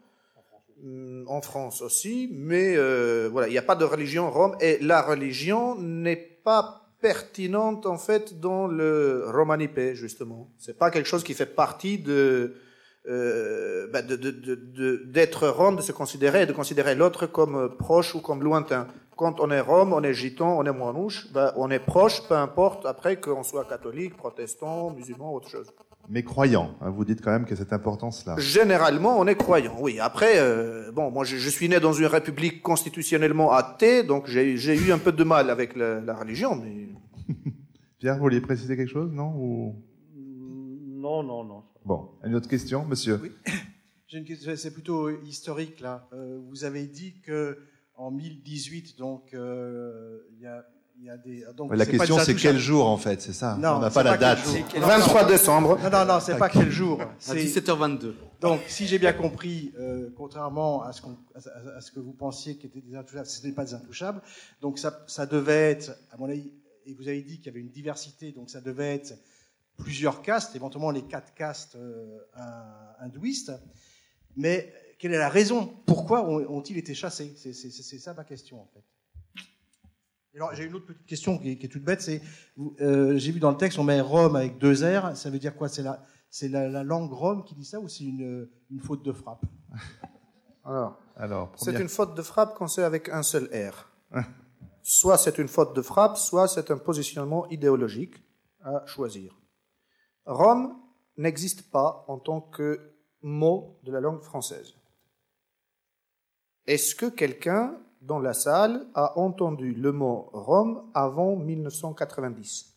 en France aussi, mais euh, voilà, il n'y a pas de religion rome, et la religion n'est pas pertinente, en fait, dans le romanipé, justement. C'est pas quelque chose qui fait partie de... Euh, ben de, de, de, de, d'être rome, de se considérer et de considérer l'autre comme proche ou comme lointain. Quand on est rome, on est gitan, on est manouche, ben on est proche, peu importe après qu'on soit catholique, protestant, musulman, autre chose. Mais croyant, hein, vous dites quand même que cette importance-là. Généralement, on est croyant, oui. Après, euh, bon, moi je, je suis né dans une république constitutionnellement athée, donc j'ai, j'ai eu un peu de mal avec la, la religion, mais... Pierre, vous vouliez préciser quelque chose, non ou... Non, non, non. Bon, une autre question, monsieur. Oui, j'ai une question, c'est plutôt historique là. Euh, vous avez dit que en mille dix-huit, donc il euh, y a, y a des. Donc, ouais, la question c'est quel jour en fait, c'est ça. Non, on n'a pas la date. vingt-trois décembre. Non, non, non, c'est pas quel jour. C'est à dix-sept heures vingt-deux. Donc, si j'ai bien compris, euh, contrairement à ce, qu'on, à, à ce que vous pensiez qui étaient des intouchables, ce n'était pas des intouchables. Donc, ça, ça devait être, à mon avis, et vous avez dit qu'il y avait une diversité, donc ça devait être plusieurs castes, éventuellement les quatre castes euh, hindouistes. Mais quelle est la raison ? Pourquoi ont-ils été chassés ? c'est, c'est, c'est ça ma question, en fait. Alors, j'ai une autre petite question qui est, qui est toute bête. C'est, euh, j'ai vu dans le texte, on met Rome avec deux R. Ça veut dire quoi ? C'est la, c'est la, la langue Rome qui dit ça ou c'est une, une faute de frappe ? Alors, Alors première... c'est une faute de frappe quand c'est avec un seul R. Soit c'est une faute de frappe, soit c'est un positionnement idéologique à choisir. Rome n'existe pas en tant que mots de la langue française. Est-ce que quelqu'un dans la salle a entendu le mot Rome avant mille neuf cent quatre-vingt-dix?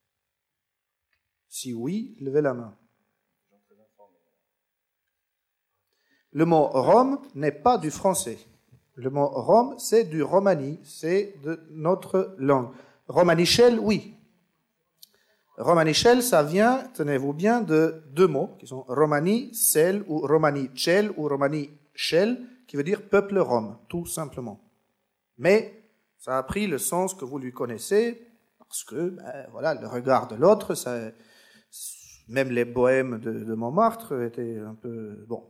Si oui, levez la main. Le mot Rome n'est pas du français. Le mot Rome, c'est du romani, c'est de notre langue. Romanichel, oui. Romanichel, ça vient, tenez-vous bien, de deux mots qui sont romani, cel ou romani chel ou romani chel, qui veut dire peuple rome, tout simplement. Mais ça a pris le sens que vous lui connaissez, parce que, ben, voilà, le regard de l'autre, ça, même les bohèmes de, de Montmartre étaient un peu, bon.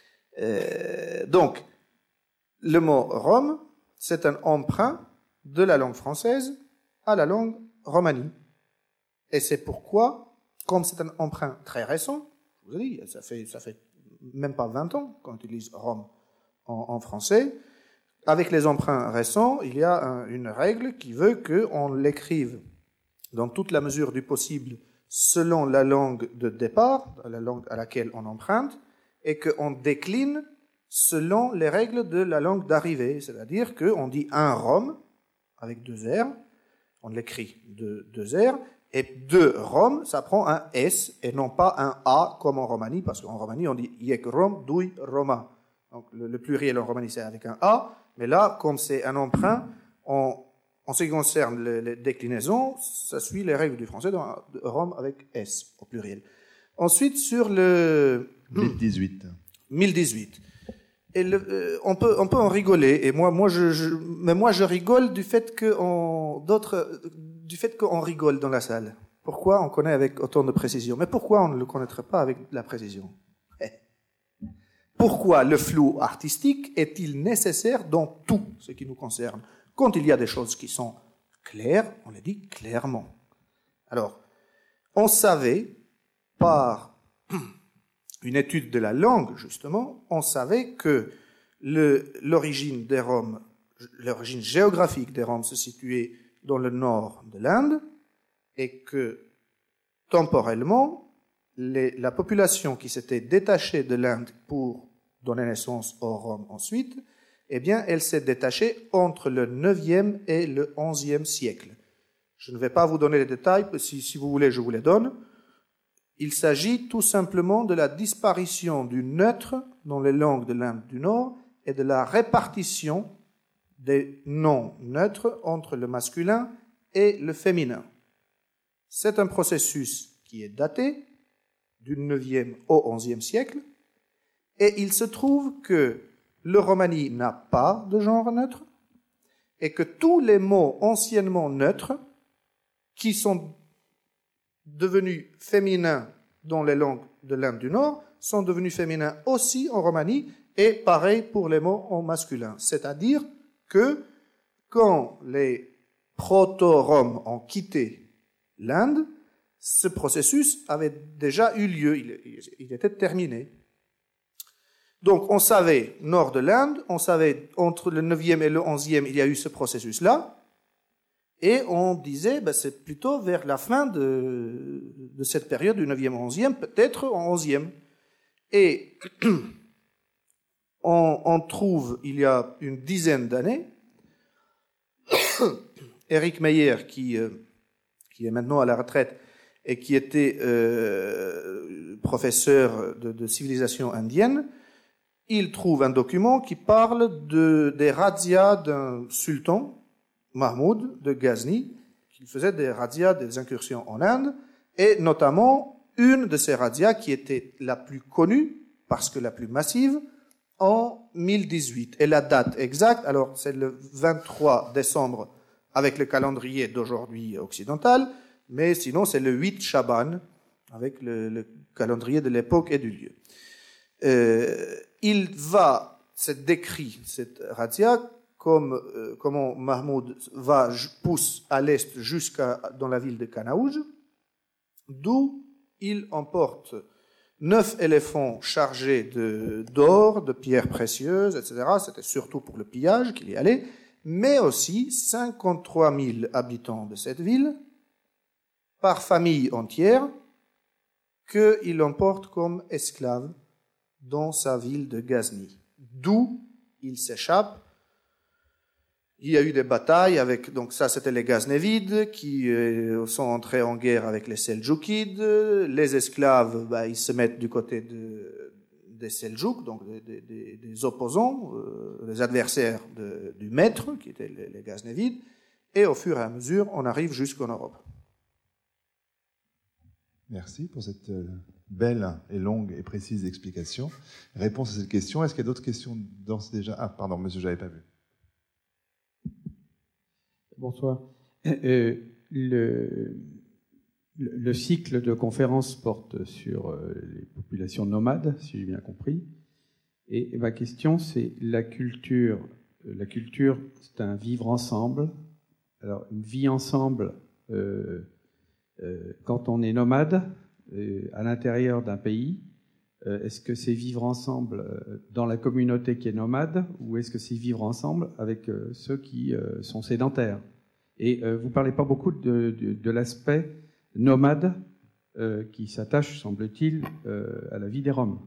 Euh, donc, le mot Rome, c'est un emprunt de la langue française à la langue romanie. Et c'est pourquoi, comme c'est un emprunt très récent, je vous ai dit, ça fait, ça fait même pas vingt ans qu'on utilise Rome en, en français, avec les emprunts récents, il y a un, une règle qui veut qu'on l'écrive dans toute la mesure du possible selon la langue de départ, la langue à laquelle on emprunte, et qu'on décline selon les règles de la langue d'arrivée, c'est-à-dire qu'on dit un Rome avec deux R, on l'écrit de deux R, et deux Rome, ça prend un S et non pas un A comme en Roumanie, parce qu'en Roumanie on dit Iec Rom, Dui Roma. Donc le, le pluriel en Roumanie c'est avec un A, mais là, comme c'est un emprunt, on, en ce qui concerne les, les déclinaisons, ça suit les règles du français, donc Rome avec S au pluriel. Ensuite, sur le mille dix-huit. mille dix-huit. Et le, euh, on peut on peut en rigoler, et moi moi je, je mais moi je rigole du fait que on d'autres du fait qu'on rigole dans la salle. Pourquoi on connaît avec autant de précision? Mais pourquoi on ne le connaîtrait pas avec la précision? Pourquoi le flou artistique est-il nécessaire dans tout ce qui nous concerne? Quand il y a des choses qui sont claires, on les dit clairement. Alors, on savait, par une étude de la langue, justement, on savait que le, l'origine des Roms, l'origine géographique des Roms se situait dans le nord de l'Inde, et que, temporellement, les, la population qui s'était détachée de l'Inde pour donner naissance aux Roms ensuite, eh bien, elle s'est détachée entre le neuvième et le onzième siècle. Je ne vais pas vous donner les détails, si, si vous voulez, je vous les donne. Il s'agit tout simplement de la disparition du neutre dans les langues de l'Inde du Nord et de la répartition des noms neutres entre le masculin et le féminin. C'est un processus qui est daté du neuvième au onzième siècle, et il se trouve que le romani n'a pas de genre neutre, et que tous les mots anciennement neutres, qui sont devenus féminins dans les langues de l'Inde du Nord, sont devenus féminins aussi en romani, et pareil pour les mots en masculin. C'est-à-dire que quand les proto-roms ont quitté l'Inde, ce processus avait déjà eu lieu, il, il était terminé. Donc on savait, nord de l'Inde, on savait entre le neuvième et le onzième, il y a eu ce processus-là, et on disait, ben, c'est plutôt vers la fin de, de cette période du neuvième au onzième, peut-être en onzième. Et on, on trouve, il y a une dizaine d'années, Éric Meyer, qui, euh, qui est maintenant à la retraite, et qui était euh, professeur de, de civilisation indienne, il trouve un document qui parle de, des razzias d'un sultan, Mahmoud de Ghazni, qui faisait des razzias, des incursions en Inde, et notamment une de ces razzias qui était la plus connue, parce que la plus massive, en mille dix-huit. Et la date exacte, alors c'est le vingt-trois décembre avec le calendrier d'aujourd'hui occidental, mais sinon c'est le huit Chaban, avec le, le calendrier de l'époque et du lieu. Euh, il va, c'est décrit, cette razzia, comme euh, comment Mahmoud va, pousse à l'est jusqu'à dans la ville de Kanauj, d'où il emporte neuf éléphants chargés de, d'or, de pierres précieuses, et cetera. C'était surtout pour le pillage qu'il y allait, mais aussi cinquante-trois mille habitants de cette ville, par famille entière, qu'il emporte comme esclaves dans sa ville de Ghazni, d'où il s'échappe. Il y a eu des batailles avec, donc ça c'était les Ghaznévides qui euh, sont entrés en guerre avec les Seldjoukides. Les esclaves, bah, ils se mettent du côté de, des Seldjouks, donc des, des, des opposants, euh, des adversaires de, du maître, qui étaient les, les Ghaznévides. Et au fur et à mesure, on arrive jusqu'en Europe. Merci pour cette belle et longue et précise explication. Réponse à cette question. Est-ce qu'il y a d'autres questions dans ce déjà? Ah, pardon, monsieur, je n'avais pas vu. Bonsoir. Euh, le, le cycle de conférences porte sur les populations nomades, si j'ai bien compris. Et ma question, c'est la culture. La culture, c'est un vivre ensemble. Alors, une vie ensemble, euh, euh, quand on est nomade, euh, à l'intérieur d'un pays, euh, est-ce que c'est vivre ensemble euh, dans la communauté qui est nomade, ou est-ce que c'est vivre ensemble avec euh, ceux qui euh, sont sédentaires? Et euh, vous ne parlez pas beaucoup de, de, de l'aspect nomade euh, qui s'attache, semble-t-il, euh, à la vie des Roms.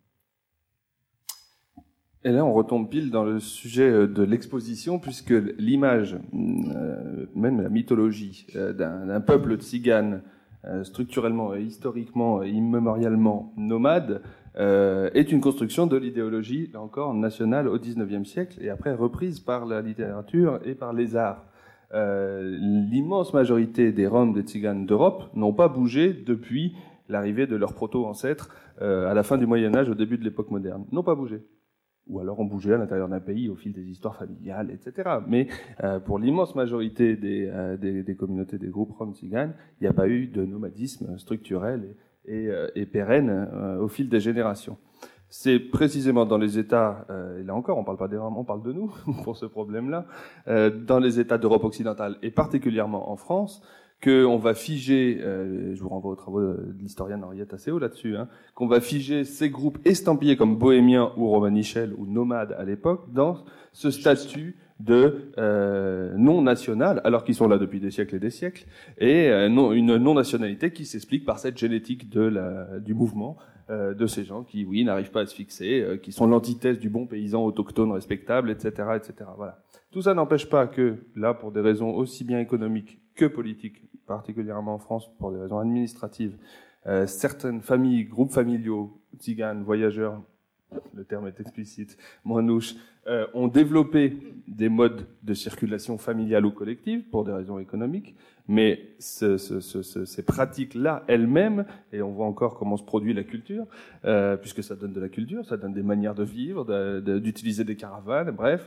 Et là, on retombe pile dans le sujet de l'exposition, puisque l'image, euh, même la mythologie euh, d'un, d'un peuple tzigane, euh, structurellement et historiquement et immémorialement nomade, euh, est une construction de l'idéologie, là encore, nationale au dix-neuvième siècle, et après reprise par la littérature et par les arts. Euh, l'immense majorité des Roms, des Tziganes d'Europe n'ont pas bougé depuis l'arrivée de leurs proto-ancêtres euh, à la fin du Moyen-Âge, au début de l'époque moderne. N'ont pas bougé. Ou alors ont bougé à l'intérieur d'un pays au fil des histoires familiales, et cetera. Mais euh, pour l'immense majorité des, euh, des, des communautés, des groupes Roms Tziganes, il n'y a pas eu de nomadisme structurel et, et, euh, et pérenne euh, au fil des générations. C'est précisément dans les États, euh, et là encore, on ne parle pas des Roms, on parle de nous pour ce problème-là, euh, dans les États d'Europe occidentale et particulièrement en France, qu'on va figer, euh, je vous renvoie aux travaux de l'historienne Henriette Asseo là-dessus, hein, qu'on va figer ces groupes estampillés comme bohémiens ou romanichels ou nomades à l'époque dans ce statut de euh, non national, alors qu'ils sont là depuis des siècles et des siècles, et euh, non, une non-nationalité qui s'explique par cette génétique de la, du mouvement, euh, de ces gens qui, oui, n'arrivent pas à se fixer, euh, qui sont l'antithèse du bon paysan autochtone respectable, et cetera, et cetera. Voilà. Tout ça n'empêche pas que, là, pour des raisons aussi bien économiques que politiques, particulièrement en France, pour des raisons administratives, euh, certaines familles, groupes familiaux, tziganes, voyageurs, le terme est explicite, manouches, euh, ont développé des modes de circulation familiale ou collective pour des raisons économiques, mais ce, ce, ce, ce, ces pratiques-là elles-mêmes, et on voit encore comment se produit la culture, euh, puisque ça donne de la culture, ça donne des manières de vivre, de, de, d'utiliser des caravanes, bref,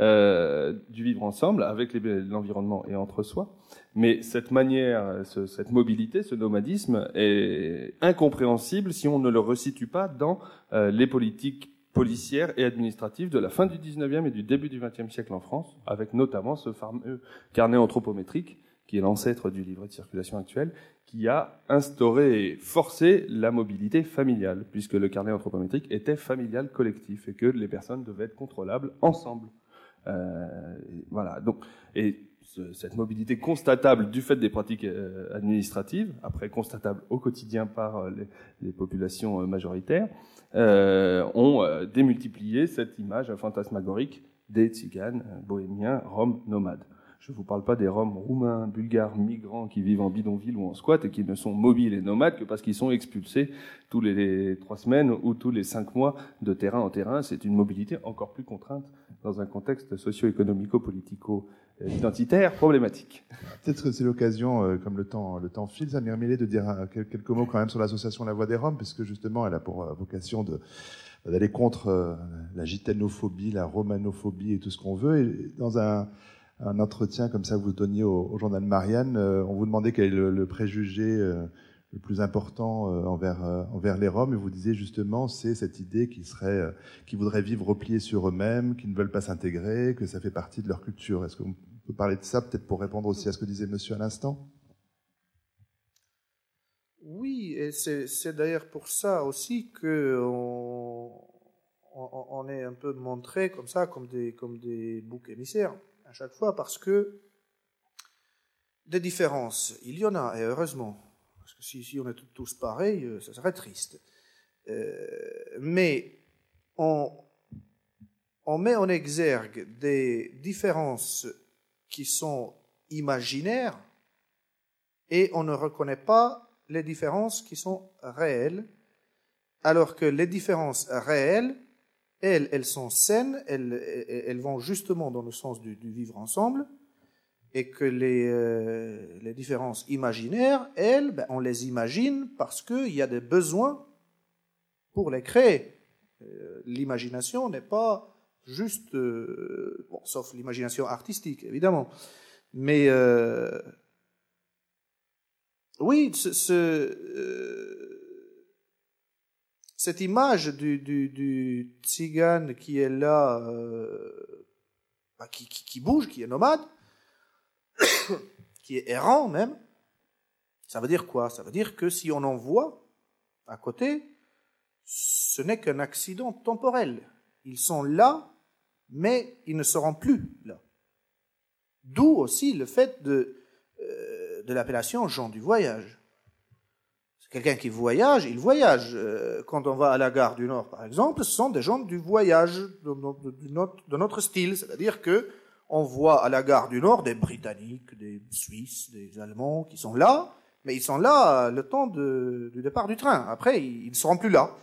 euh, du vivre ensemble avec les, l'environnement et entre soi. Mais cette manière, ce, cette mobilité, ce nomadisme est incompréhensible si on ne le resitue pas dans euh, les politiques policières et administratives de la fin du dix-neuvième et du début du vingtième siècle en France, avec notamment ce fameux carnet anthropométrique, qui est l'ancêtre du livret de circulation actuel, qui a instauré et forcé la mobilité familiale, puisque le carnet anthropométrique était familial collectif et que les personnes devaient être contrôlables ensemble. Euh, voilà. Donc, et ce, cette mobilité constatable du fait des pratiques euh, administratives, après constatable au quotidien par euh, les, les populations euh, majoritaires, euh, ont euh, démultiplié cette image fantasmagorique des tziganes, euh, bohémiens, roms, nomades. Je ne vous parle pas des Roms roumains, bulgares, migrants qui vivent en bidonville ou en squat et qui ne sont mobiles et nomades que parce qu'ils sont expulsés tous les trois semaines ou tous les cinq mois de terrain en terrain. C'est une mobilité encore plus contrainte dans un contexte socio-économico-politico-identitaire problématique. Peut-être que c'est l'occasion, euh, comme le temps, le temps file, Samir Millet, de dire euh, quelques mots quand même sur l'association La Voix des Roms, puisque justement elle a pour euh, vocation de d'aller contre euh, la gitanophobie, la romanophobie et tout ce qu'on veut. Et dans un un entretien comme ça que vous donniez au, au journal Marianne, euh, on vous demandait quel est le, le préjugé euh, le plus important euh, envers, euh, envers les Roms, et vous disiez justement, c'est cette idée qu'ils seraient, euh, qu'ils voudraient vivre repliés sur eux-mêmes, qu'ils ne veulent pas s'intégrer, que ça fait partie de leur culture. Est-ce qu'on peut parler de ça, peut-être pour répondre aussi à ce que disait monsieur à l'instant? Oui, et c'est, c'est d'ailleurs pour ça aussi qu'on on, on est un peu montré comme ça, comme des, comme des boucs émissaires à chaque fois, parce que des différences, il y en a, et heureusement, parce que si, si on est tous pareils, ça serait triste. Euh, mais on, on met en exergue des différences qui sont imaginaires et on ne reconnaît pas les différences qui sont réelles, alors que les différences réelles, elles, elles sont saines, elles, elles vont justement dans le sens du, du vivre ensemble, et que les, euh, les différences imaginaires, elles, ben, on les imagine parce qu'il y a des besoins pour les créer. Euh, l'imagination n'est pas juste, euh, bon, sauf l'imagination artistique, évidemment, mais euh, oui, ce, ce, euh, cette image du, du, du tzigane qui est là, euh, bah, qui, qui, qui bouge, qui est nomade, qui est errant même, ça veut dire quoi? Ça veut dire que si on en voit à côté, ce n'est qu'un accident temporel. Ils sont là, mais ils ne seront plus là. D'où aussi le fait de, euh, de l'appellation gens du voyage. Quelqu'un qui voyage, il voyage. Quand on va à la gare du Nord, par exemple, ce sont des gens du voyage, de notre, de notre, de notre style. C'est-à-dire que on voit à la gare du Nord des Britanniques, des Suisses, des Allemands qui sont là, mais ils sont là le temps de, du départ du train. Après, ils ne seront plus là.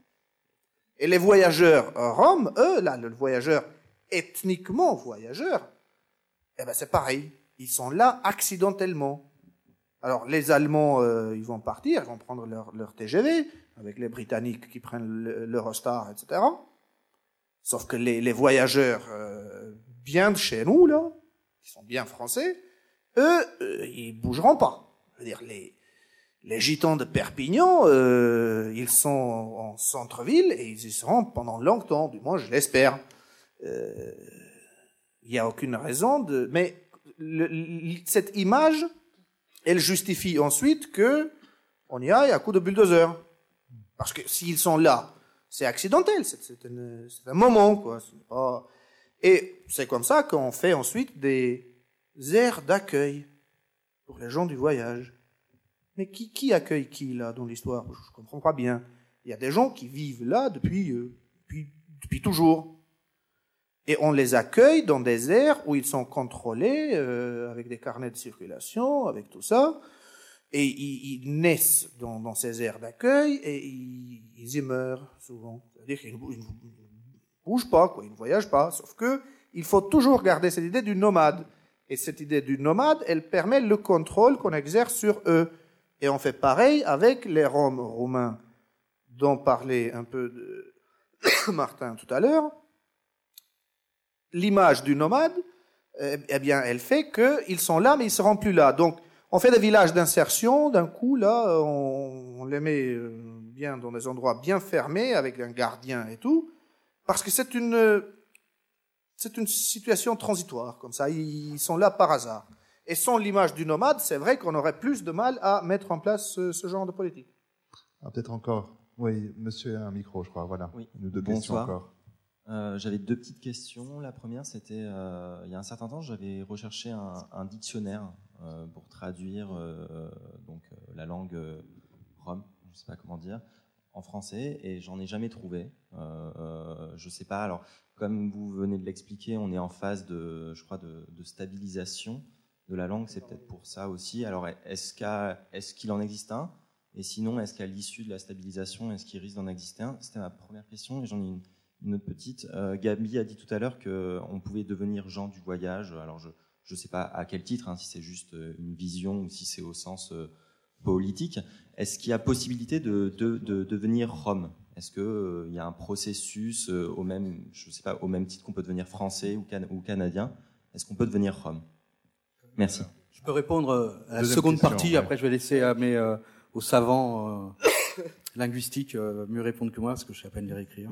Et les voyageurs roms, eux, là, le voyageur ethniquement voyageur, eh ben c'est pareil. Ils sont là accidentellement. Alors, les Allemands, euh, ils vont partir, ils vont prendre leur, leur T G V, avec les Britanniques qui prennent l'Eurostar, et cetera. Sauf que les, les voyageurs euh, bien de chez nous, là, qui sont bien français, eux, euh, ils bougeront pas. Je veux dire, les, les gitans de Perpignan, euh, ils sont en centre-ville et ils y seront pendant longtemps, du moins je l'espère. Il euh, n'y a aucune raison de... Mais le, le, cette image, elle justifie ensuite que on y aille à coup de bulldozer. Parce que s'ils sont là, c'est accidentel, c'est, c'est, une, c'est un moment, quoi. C'est pas... Et c'est comme ça qu'on fait ensuite des aires d'accueil pour les gens du voyage. Mais qui, qui accueille qui, là, dans l'histoire? Je ne comprends pas bien. Il y a des gens qui vivent là depuis, euh, depuis, depuis toujours. Et on les accueille dans des aires où ils sont contrôlés, euh, avec des carnets de circulation, avec tout ça. Et ils, ils naissent dans, dans ces aires d'accueil et ils, ils y meurent, souvent. C'est-à-dire qu'ils ne bougent pas, quoi, ils ne voyagent pas. Sauf que il faut toujours garder cette idée du nomade. Et cette idée du nomade, elle permet le contrôle qu'on exerce sur eux. Et on fait pareil avec les Roms roumains, dont parlait un peu de Martin tout à l'heure. L'image du nomade, eh bien, elle fait qu'ils sont là, mais ils ne seront plus là. Donc, on fait des villages d'insertion, d'un coup, là, on, on les met bien dans des endroits bien fermés, avec un gardien et tout, parce que c'est une, c'est une situation transitoire, comme ça, ils sont là par hasard. Et sans l'image du nomade, c'est vrai qu'on aurait plus de mal à mettre en place ce, ce genre de politique. Ah, peut-être encore. Oui, monsieur a un micro, je crois. Voilà. Oui. Une ou deux Bonsoir. questions encore. Euh, j'avais deux petites questions. La première, c'était euh, il y a un certain temps, j'avais recherché un, un dictionnaire euh, pour traduire euh, donc euh, la langue euh, rom, je ne sais pas comment dire, en français, et j'en ai jamais trouvé. Euh, euh, je sais pas. Alors, comme vous venez de l'expliquer, on est en phase de, je crois, de, de stabilisation de la langue. C'est peut-être pour ça aussi. Alors, est-ce qu'à, est-ce qu'il en existe un? Et sinon, est-ce qu'à l'issue de la stabilisation, est-ce qu'il risque d'en exister un? C'était ma première question, et j'en ai une. Une autre petite. Euh, Gabi a dit tout à l'heure qu'on pouvait devenir gens du voyage. Alors, je ne sais pas à quel titre, hein, si c'est juste une vision ou si c'est au sens euh, politique. Est-ce qu'il y a possibilité de, de, de devenir Rom? Est-ce qu'il euh, y a un processus euh, au même, je sais pas, au même titre qu'on peut devenir français ou, can ou canadien? Est-ce qu'on peut devenir Rom? Merci. Je peux répondre à la Deuxième seconde question, partie. ouais. Après, je vais laisser à mes, euh, aux savants euh, linguistiques euh, mieux répondre que moi, parce que je sais à peine lire et écrire.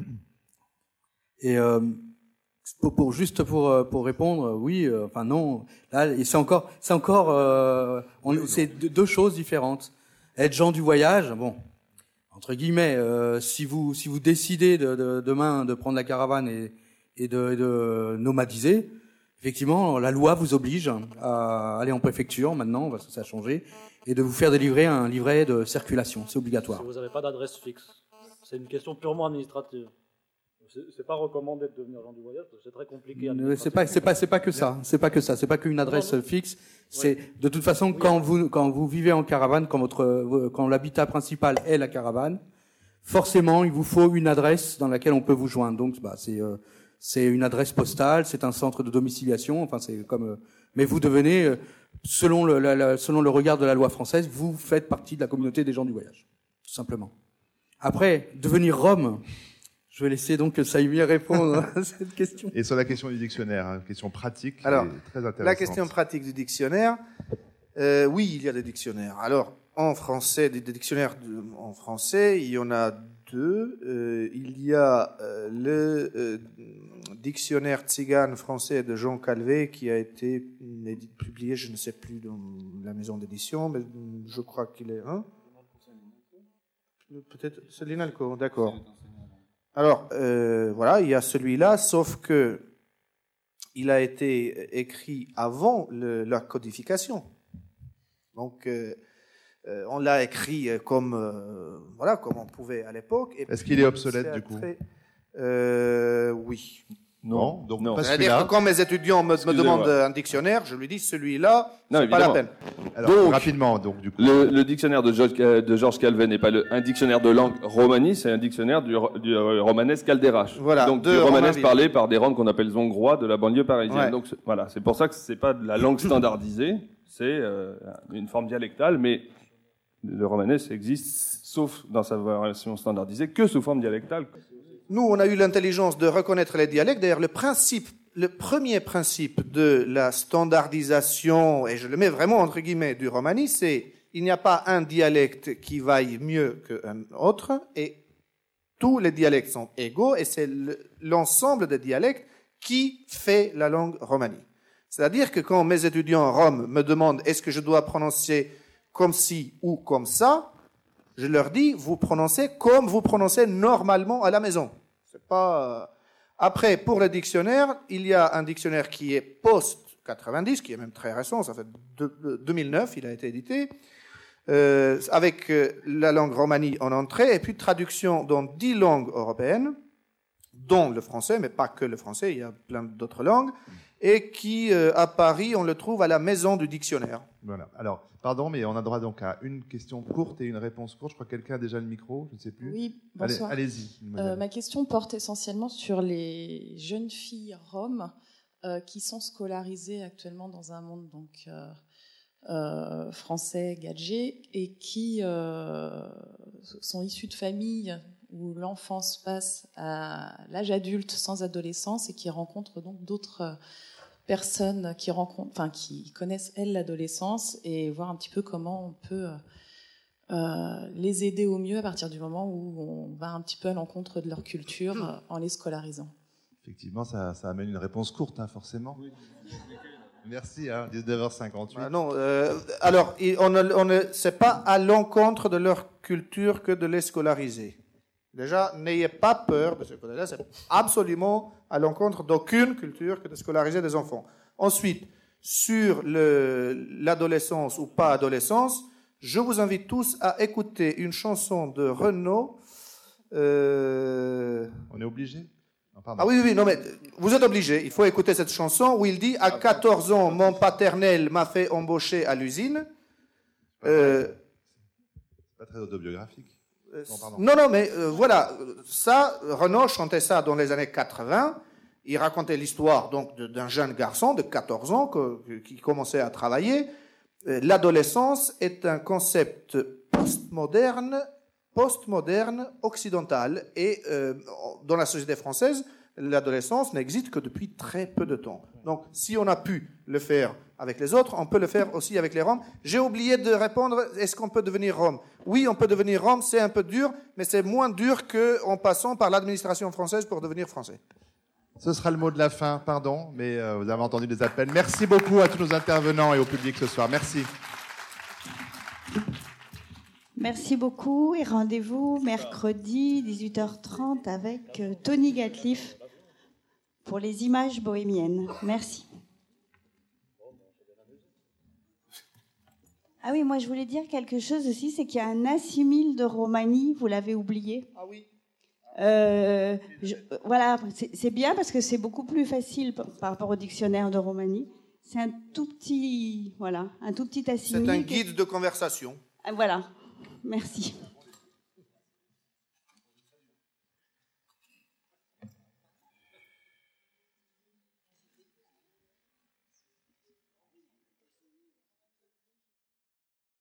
Et euh, pour, pour juste pour pour répondre, oui, euh, enfin non. Là, et c'est encore, c'est encore, euh, on, c'est deux choses différentes. Être gens du voyage, bon, entre guillemets, euh, si vous si vous décidez de, de, demain de prendre la caravane et, et de, de nomadiser, effectivement, la loi vous oblige à aller en préfecture maintenant, parce que ça a changé, et de vous faire délivrer un livret de circulation. C'est obligatoire. Si vous n'avez pas d'adresse fixe. C'est une question purement administrative. C'est pas recommandé de devenir gens du voyage parce que c'est très compliqué. C'est pas, c'est pas, c'est pas que ça. C'est pas que ça. C'est pas qu'une adresse fixe. C'est de toute façon quand vous quand vous vivez en caravane, quand votre quand l'habitat principal est la caravane, forcément il vous faut une adresse dans laquelle on peut vous joindre. Donc bah c'est euh, c'est une adresse postale, c'est un centre de domiciliation. Enfin c'est comme. Euh, mais vous devenez euh, selon le la, la, selon le regard de la loi française, vous faites partie de la communauté des gens du voyage, tout simplement. Après devenir Rome. Je vais laisser donc Saïmi répondre à cette question. Et sur la question du dictionnaire, hein, question pratique, alors, très intéressante. La question pratique du dictionnaire, euh, oui, il y a des dictionnaires. Alors, en français, des, des dictionnaires de, en français, il y en a deux. Euh, il y a euh, le euh, dictionnaire tzigane français de Jean Calvé qui a été publié, je ne sais plus dans la maison d'édition, mais je crois qu'il est un. Hein peut-être c'est l'INALCO, d'accord. Alors, euh, voilà, il y a celui-là, sauf que il a été écrit avant le, la codification. Donc, euh, euh, on l'a écrit comme, euh, voilà, comme on pouvait à l'époque. Est-ce qu'il est obsolète, du coup euh, Oui. Non, donc non. C'est-à-dire que quand mes étudiants me, me demandent un dictionnaire, je lui dis celui-là, c'est pas la peine. Alors, donc, rapidement, donc du coup. Le, le dictionnaire de Georges, de Georges Calvet n'est pas le, un dictionnaire de langue romanie, c'est un dictionnaire du, du euh, romanesque caldérache. Voilà. Donc du romanesque parlé par des Roms qu'on appelle hongrois de la banlieue parisienne. Ouais. Donc voilà, c'est pour ça que c'est pas de la langue standardisée, c'est euh, une forme dialectale, mais le romanesque existe, sauf dans sa version standardisée, que sous forme dialectale. Nous, on a eu l'intelligence de reconnaître les dialectes. D'ailleurs, le principe, le premier principe de la standardisation, et je le mets vraiment entre guillemets, du romani, c'est il n'y a pas un dialecte qui vaille mieux qu'un autre, et tous les dialectes sont égaux, et c'est l'ensemble des dialectes qui fait la langue romani. C'est-à-dire que quand mes étudiants roms me demandent est-ce que je dois prononcer comme ci ou comme ça, je leur dis, vous prononcez comme vous prononcez normalement à la maison. C'est pas. Après, pour le dictionnaire, il y a un dictionnaire qui est post quatre-vingt-dix, qui est même très récent, ça fait deux mille neuf, il a été édité, euh, avec la langue romani en entrée, et puis traduction dans dix langues européennes, dont le français, mais pas que le français, il y a plein d'autres langues, et qui, euh, à Paris, on le trouve à la maison du dictionnaire. Voilà. Alors, pardon, mais on a droit donc à une question courte et une réponse courte. Je crois que quelqu'un a déjà le micro, je ne sais plus. Oui, bonsoir. Allez, allez-y. Euh, ma question porte essentiellement sur les jeunes filles roms euh, qui sont scolarisées actuellement dans un monde donc euh, euh, français gadget et qui euh, sont issues de familles où l'enfance passe à l'âge adulte sans adolescence et qui rencontrent donc d'autres personnes qui rencontrent, enfin qui connaissent elles l'adolescence et voir un petit peu comment on peut euh, les aider au mieux à partir du moment où on va un petit peu à l'encontre de leur culture euh, en les scolarisant. Effectivement, ça, ça amène une réponse courte, hein, forcément. Oui. Merci, hein, dix-neuf heures cinquante-huit. Ah non, euh, alors on ne, on ne, c'est pas à l'encontre de leur culture que de les scolariser. Déjà, n'ayez pas peur de ce côté-là, c'est absolument à l'encontre d'aucune culture que de scolariser des enfants. Ensuite, sur le, l'adolescence ou pas adolescence, je vous invite tous à écouter une chanson de Renaud. Euh... On est obligé ? Ah oui, oui, non, mais vous êtes obligés. Il faut écouter cette chanson où il dit « À quatorze ans, mon paternel m'a fait embaucher à l'usine. » euh... C'est pas très autobiographique. Non, non, non, mais euh, voilà, ça, Renaud chantait ça dans les années quatre-vingts. Il racontait l'histoire donc d'un jeune garçon de quatorze ans que, qui commençait à travailler. L'adolescence est un concept postmoderne, postmoderne occidental, et euh, dans la société française, l'adolescence n'existe que depuis très peu de temps. Donc, si on a pu le faire avec les autres, on peut le faire aussi avec les Roms. J'ai oublié de répondre, est-ce qu'on peut devenir Rom ? Oui, on peut devenir Rom, c'est un peu dur, mais c'est moins dur qu'en passant par l'administration française pour devenir français. Ce sera le mot de la fin, pardon, mais euh, vous avez entendu les appels. Merci beaucoup à tous nos intervenants et au public ce soir. Merci. Merci beaucoup et rendez-vous mercredi dix-huit heures trente avec Tony Gatliff pour les images bohémiennes. Merci. Ah oui, moi je voulais dire quelque chose aussi, c'est qu'il y a un assimile de Roumanie, vous l'avez oublié. Ah oui. Euh, je, voilà, c'est bien parce que c'est beaucoup plus facile par, par rapport au dictionnaire de Romani. C'est un tout petit, voilà, un tout petit assigné. C'est un guide de conversation. Voilà, merci.